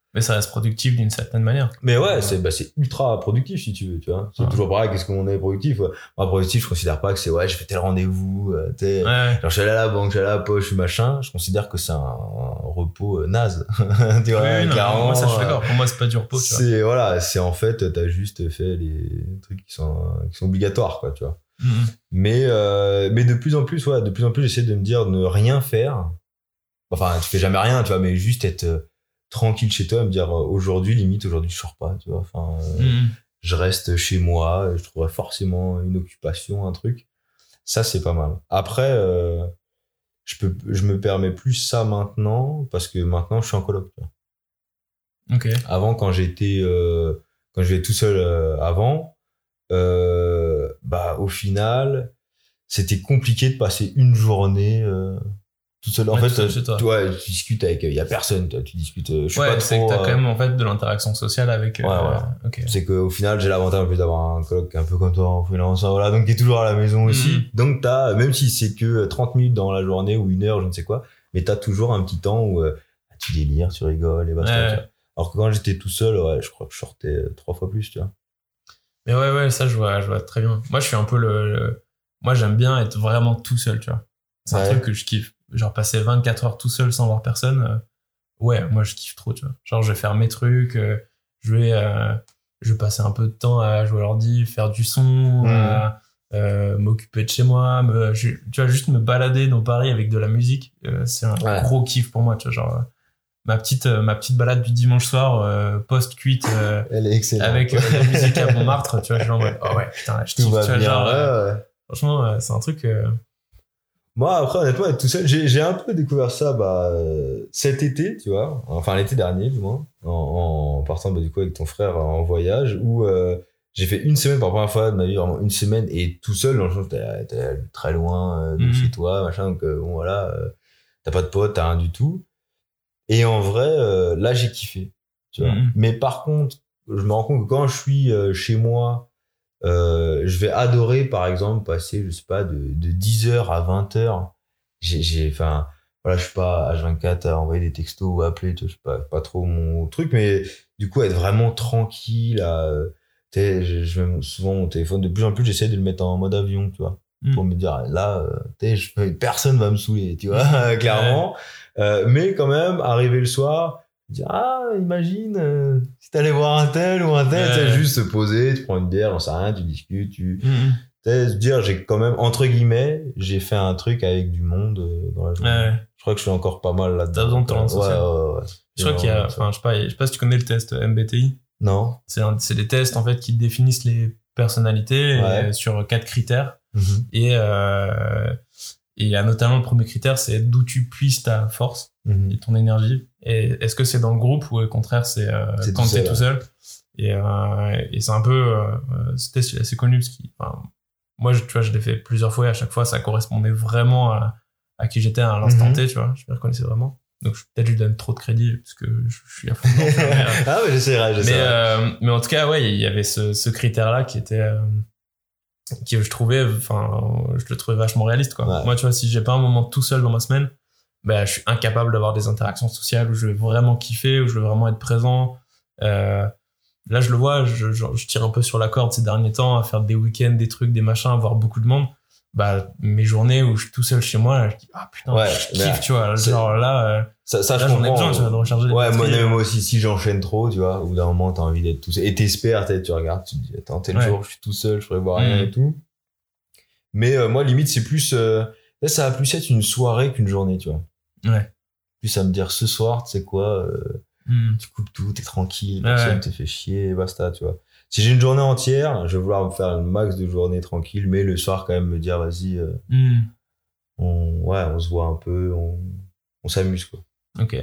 Mais ça reste productif d'une certaine manière. Mais ouais, c'est, bah, c'est ultra productif, si tu veux, tu vois. C'est ouais. toujours pareil, qu'est-ce qu'on est productif? Ouais. Moi, productif, je considère pas que c'est, ouais, j'ai fait tel rendez-vous, euh, t'es, ouais. genre, je suis allé à la banque, je suis allé à la poche, machin. Je considère que c'est un, un repos euh, naze. tu vois, oui, clairement. Non, moi, ça, je suis d'accord. Pour moi, c'est pas du repos, tu vois. C'est, voilà, c'est en fait, t'as juste fait les trucs qui sont, qui sont obligatoires, quoi, tu vois. Mm-hmm. Mais, euh, mais de plus en plus, ouais, de plus en plus, j'essaie de me dire ne rien faire. Enfin, tu fais jamais rien, tu vois, mais juste être, euh, tranquille chez toi, me dire aujourd'hui limite aujourd'hui je sors pas, tu vois, enfin euh, mmh. je reste chez moi, je trouverai forcément une occupation, un truc, ça c'est pas mal. Après euh, je peux je me permets plus ça maintenant parce que maintenant je suis en coloc, tu vois. Ok. Avant quand j'étais euh, quand je vivais tout seul euh, avant euh, bah au final c'était compliqué de passer une journée euh, tout seul. En ouais, fait, seul chez toi. toi, tu discutes avec, il y a personne, toi, tu discutes, je suis ouais, pas c'est trop. que t'as euh... quand même, en fait, de l'interaction sociale avec, ouais, euh, voilà. okay. C'est qu'au final, j'ai l'avantage, en plus, d'avoir un coloc un peu comme toi, en freelance, voilà, donc qui est toujours à la maison aussi. Mm. Donc, t'as, même si c'est que trente minutes dans la journée ou une heure, je ne sais quoi, mais t'as toujours un petit temps où, euh, tu délires, tu rigoles et basta, ouais. tu vois. Alors que quand j'étais tout seul, ouais, je crois que je sortais trois fois plus, tu vois. Mais ouais, ouais, ça, je vois, je vois très bien. Moi, je suis un peu le, le... moi, j'aime bien être vraiment tout seul, tu vois. C'est ouais. un truc que je kiffe. Genre passer vingt-quatre heures tout seul sans voir personne, euh, ouais, moi je kiffe trop, tu vois. Genre je vais faire mes trucs, euh, je vais euh, je vais passer un peu de temps à jouer à l'ordi, faire du son, mmh. euh, euh, m'occuper de chez moi, me, je, tu vois, juste me balader dans Paris avec de la musique, euh, c'est un ouais. gros kiff pour moi, tu vois, genre euh, ma petite euh, ma petite balade du dimanche soir euh, post-cuite euh, elle est excellente avec euh, la musique à Montmartre, tu vois, genre ouais, oh ouais, putain, je kiffe, tu vois, genre, euh, ouais. franchement, euh, c'est un truc euh, moi, après, honnêtement, être tout seul, j'ai, j'ai un peu découvert ça, bah, euh, cet été, tu vois. Enfin, l'été dernier, du moins. En, en partant, bah, du coup, avec ton frère en voyage, où, euh, j'ai fait une semaine pour la première fois de ma vie, vraiment une semaine, et tout seul, dans le sens, t'es, t'es très loin euh, de mmh. chez toi, machin, donc, euh, bon, voilà, euh, t'as pas de potes, t'as rien du tout. Et en vrai, euh, là, j'ai kiffé, tu vois. Mmh. Mais par contre, je me rends compte que quand je suis euh, chez moi, Euh, je vais adorer, par exemple, passer, je sais pas, de, de dix heures à vingt heures. J'ai, j'ai, enfin, voilà, je suis pas H vingt-quatre à envoyer des textos ou à appeler, tu vois, je suis pas, pas trop mon truc, mais du coup, être vraiment tranquille, à, tu sais, je, je mets souvent mon téléphone, de plus en plus, j'essaie de le mettre en mode avion, tu vois, mmh. pour me dire, là, tu sais, personne va me saouler, tu vois, clairement. Euh, mais quand même, arriver le soir, dire ah imagine euh, si t'allais voir un tel ou un tel, ouais. tu sais, juste se poser, tu prends une bière, j'en sais rien, tu discutes, tu mm-hmm. tu sais, se dire j'ai quand même entre guillemets j'ai fait un truc avec du monde euh, dans la journée. Ouais. Je crois que je suis encore pas mal là-dedans. T'as besoin de temps ouais, social. Ouais, ouais, ouais. Je crois qu'il y a, enfin je sais pas, je sais pas si tu connais le test M B T I. Non. C'est un, c'est des tests en fait qui définissent les personnalités ouais. sur quatre critères mm-hmm. et euh, et il y a notamment le premier critère, c'est d'où tu puisses ta force mmh. et ton énergie. Et est-ce que c'est dans le groupe ou au contraire, c'est, euh, c'est quand t'es tout seul. Et, euh, et c'est un peu, euh, c'était assez connu parce que, enfin, moi, je, tu vois, je l'ai fait plusieurs fois et à chaque fois, ça correspondait vraiment à, à qui j'étais à l'instant mmh. T, tu vois. Je me reconnaissais vraiment. Donc, je, peut-être, je lui donne trop de crédit parce que je, je suis à fond dedans. mais, euh, ah, mais j'essaierai, j'essaierai. Mais, euh, mais en tout cas, ouais, il y avait ce, ce critère-là qui était, euh, qui je trouvais, enfin, je le trouvais vachement réaliste, quoi. Ouais. Moi, tu vois, si j'ai pas un moment tout seul dans ma semaine, ben, je suis incapable d'avoir des interactions sociales où je vais vraiment kiffer, où je vais vraiment être présent. Euh, là, je le vois, je, je, je tire un peu sur la corde ces derniers temps à faire des week-ends, des trucs, des machins, à voir beaucoup de monde. Bah, mes journées où je suis tout seul chez moi, là, je dis, ah, putain, ouais, je kiffe, tu vois. Genre, là, euh, ça, ça, là, je j'en ai comprends. besoin, tu vois, de recharger les ouais, moi, batteries. moi aussi, si j'enchaîne trop, tu vois, au bout d'un moment, t'as envie d'être tout seul. Et t'espères, tu regardes, tu te dis, attends, tel ouais. jour, je suis tout seul, je pourrais voir rien mmh. et tout. Mais euh, moi, limite, c'est plus... Euh, là, ça va plus être une soirée qu'une journée, tu vois. Ouais. Plus à me dire, ce soir, tu sais quoi, euh, mm. tu coupes tout, t'es tranquille, personne ouais. te fait chier, basta, tu vois. Si j'ai une journée entière, je vais vouloir me faire un max de journée tranquille, mais le soir, quand même, me dire, vas-y, euh, mm. on, ouais, on se voit un peu, on, on s'amuse, quoi. Ok.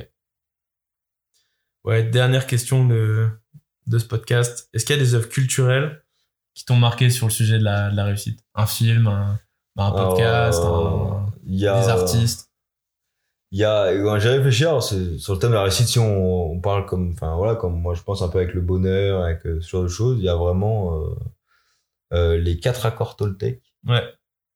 Ouais, dernière question de, de ce podcast. Est-ce qu'il y a des œuvres culturelles qui t'ont marqué sur le sujet de la, de la réussite? Un film, un, un podcast, euh, un, y a, des artistes? Il y a, quand j'ai réfléchi, alors c'est, sur le thème de la réussite, si on, on parle comme, enfin voilà, comme moi je pense un peu avec le bonheur, avec ce genre de choses, il y a vraiment euh, euh, les quatre accords Toltec. Ouais.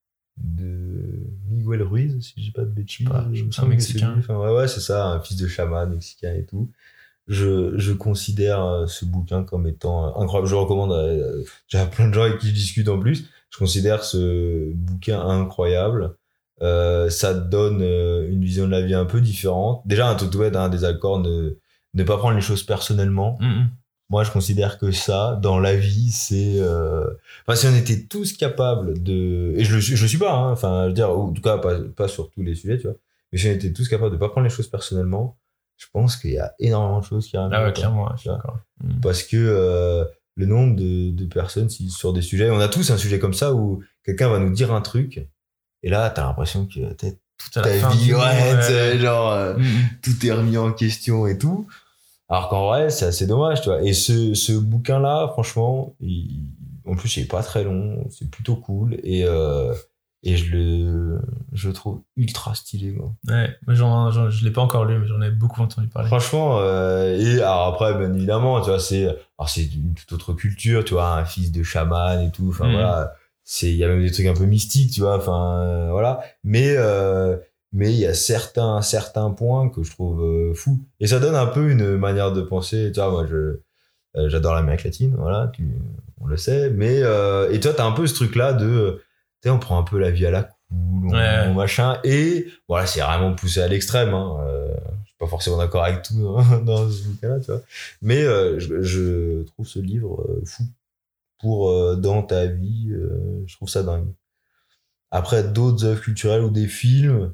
De Miguel Ruiz, si je dis pas de bêtises. C'est un Mexicain. Enfin, ouais, ouais, c'est ça, un fils de chaman mexicain et tout. je, je considère euh, ce bouquin comme étant euh, incroyable. Je le recommande à, euh, j'ai plein de gens avec qui je discute en plus. Je considère ce bouquin incroyable. Euh, ça te donne euh, une vision de la vie un peu différente. Déjà, un Totouette, un désaccord, ne, ne pas prendre les choses personnellement. Mm-hmm. Moi, je considère que ça, dans la vie, c'est... Euh... Enfin, si on était tous capables de... Et je le, je le suis pas, hein. Enfin, je veux dire, en tout cas, pas, pas sur tous les sujets, tu vois. Mais si on était tous capables de pas prendre les choses personnellement, je pense qu'il y a énormément de choses qui arrivent. Ah ouais, clairement, je suis d'accord. Mmh. Parce que euh, le nombre de, de personnes si, sur des sujets... On a tous un sujet comme ça où quelqu'un va nous dire un truc, et là, t'as l'impression que t'as toute ta vie, ouais, ouais. genre, euh, mmh. tout est remis en question et tout. Alors qu'en vrai, c'est assez dommage, tu vois. Et ce, ce bouquin-là, franchement, il, en plus, il est pas très long, c'est plutôt cool. Et, euh, et je le, je le trouve ultra stylé, quoi. Ouais, mais genre, genre, je l'ai pas encore lu, mais j'en ai beaucoup entendu parler. Franchement, euh, et alors après, bien évidemment, tu vois, c'est, alors c'est une toute autre culture, tu vois, un fils de chaman et tout. Enfin, mmh. voilà. C'est, il y a même des trucs un peu mystiques, tu vois. Enfin, euh, voilà. Mais, euh, mais il y a certains certains points que je trouve euh, fous, et ça donne un peu une manière de penser. Tu vois, moi je euh, j'adore l'Amérique latine, voilà, tu, on le sait, mais euh, et toi t'as un peu ce truc là de, tu sais, on prend un peu la vie à la cool, on, ouais. on machin, et voilà, c'est vraiment poussé à l'extrême, hein. euh, je suis pas forcément d'accord avec tout hein, dans ce bouquin là, tu vois, mais euh, je, je trouve ce livre euh, fou pour euh, dans ta vie, euh, je trouve ça dingue. Après, d'autres œuvres culturelles ou des films,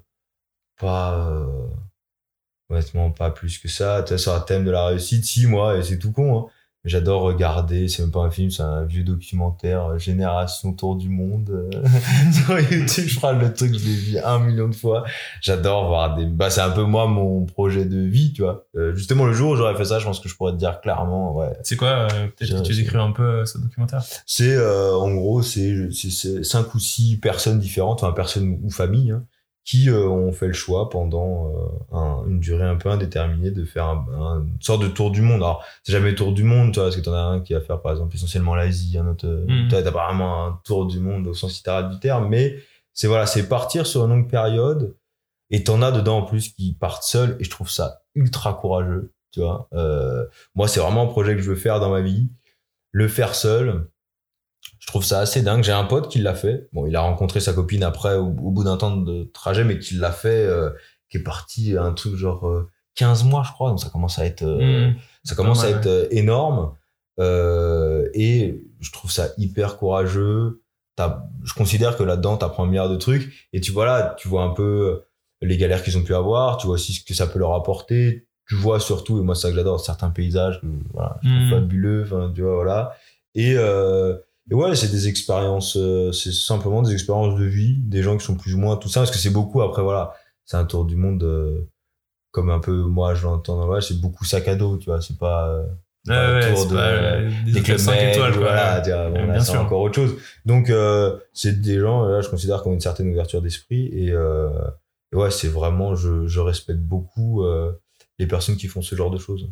pas euh, honnêtement pas plus que ça. Tu sais, sur un thème de la réussite, si, moi, et c'est tout con, hein, j'adore regarder, c'est même pas un film, c'est un vieux documentaire, Génération Tour du Monde sur YouTube. Je crois le truc, je l'ai vu un million de fois. J'adore voir des, bah c'est un peu moi mon projet de vie, tu vois. Euh, justement, le jour où j'aurais fait ça, je pense que je pourrais te dire clairement, ouais. C'est quoi, euh, peut-être que tu décris un peu euh, ce documentaire. C'est euh, en gros c'est, c'est c'est cinq ou six personnes différentes, enfin personnes ou familles, hein, qui euh, ont fait le choix pendant euh, un, une durée un peu indéterminée de faire un, un, une sorte de tour du monde. Alors, c'est jamais tour du monde, tu vois, parce que t'en as un qui va faire, par exemple, essentiellement l'Asie, un autre, mmh. t'as, t'as pas vraiment un tour du monde au sens littéral du terme, mais c'est voilà, c'est partir sur une longue période, et t'en as dedans en plus qui partent seuls, et je trouve ça ultra courageux, tu vois. Euh, moi, c'est vraiment un projet que je veux faire dans ma vie, le faire seul. Je trouve ça assez dingue. J'ai un pote qui l'a fait. Bon, il a rencontré sa copine après, au, au bout d'un temps de trajet, mais qui l'a fait, euh, qui est parti un truc genre euh, quinze mois, je crois. Donc ça commence à être, euh, mmh. ça commence à être euh, énorme. Euh, et je trouve ça hyper courageux. T'as, je considère que là-dedans, t'apprends un milliard de trucs. Et tu vois là, tu vois un peu les galères qu'ils ont pu avoir. Tu vois aussi ce que ça peut leur apporter. Tu vois surtout, et moi, c'est ça que j'adore, certains paysages, que, voilà, je trouve mmh. fabuleux. Enfin, tu vois, voilà. Et, euh, Et ouais, c'est des expériences, euh, c'est simplement des expériences de vie, des gens qui sont plus ou moins tout ça, parce que c'est beaucoup, après voilà, c'est un tour du monde, euh, comme un peu moi je l'entends dans le c'est beaucoup sac à dos, tu vois, c'est pas, euh, ouais, pas ouais, tour de, pas, euh, des, des clubs cinq étoiles, voilà, tu vois, bon, là, c'est sûr. Encore autre chose. Donc, euh, c'est des gens, là, je considère qu'ils ont une certaine ouverture d'esprit, et, euh, et ouais, c'est vraiment, je, je respecte beaucoup, euh, les personnes qui font ce genre de choses.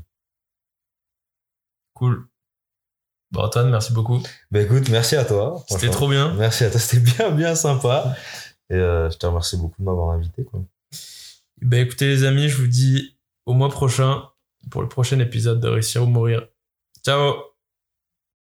Cool. Bon, Antoine, merci beaucoup. Bah écoute, merci à toi. C'était trop bien. Merci à toi, c'était bien, bien sympa. Et euh, je te remercie beaucoup de m'avoir invité, quoi. Bah écoutez les amis, je vous dis au mois prochain pour le prochain épisode de Réussir ou Mourir. Ciao.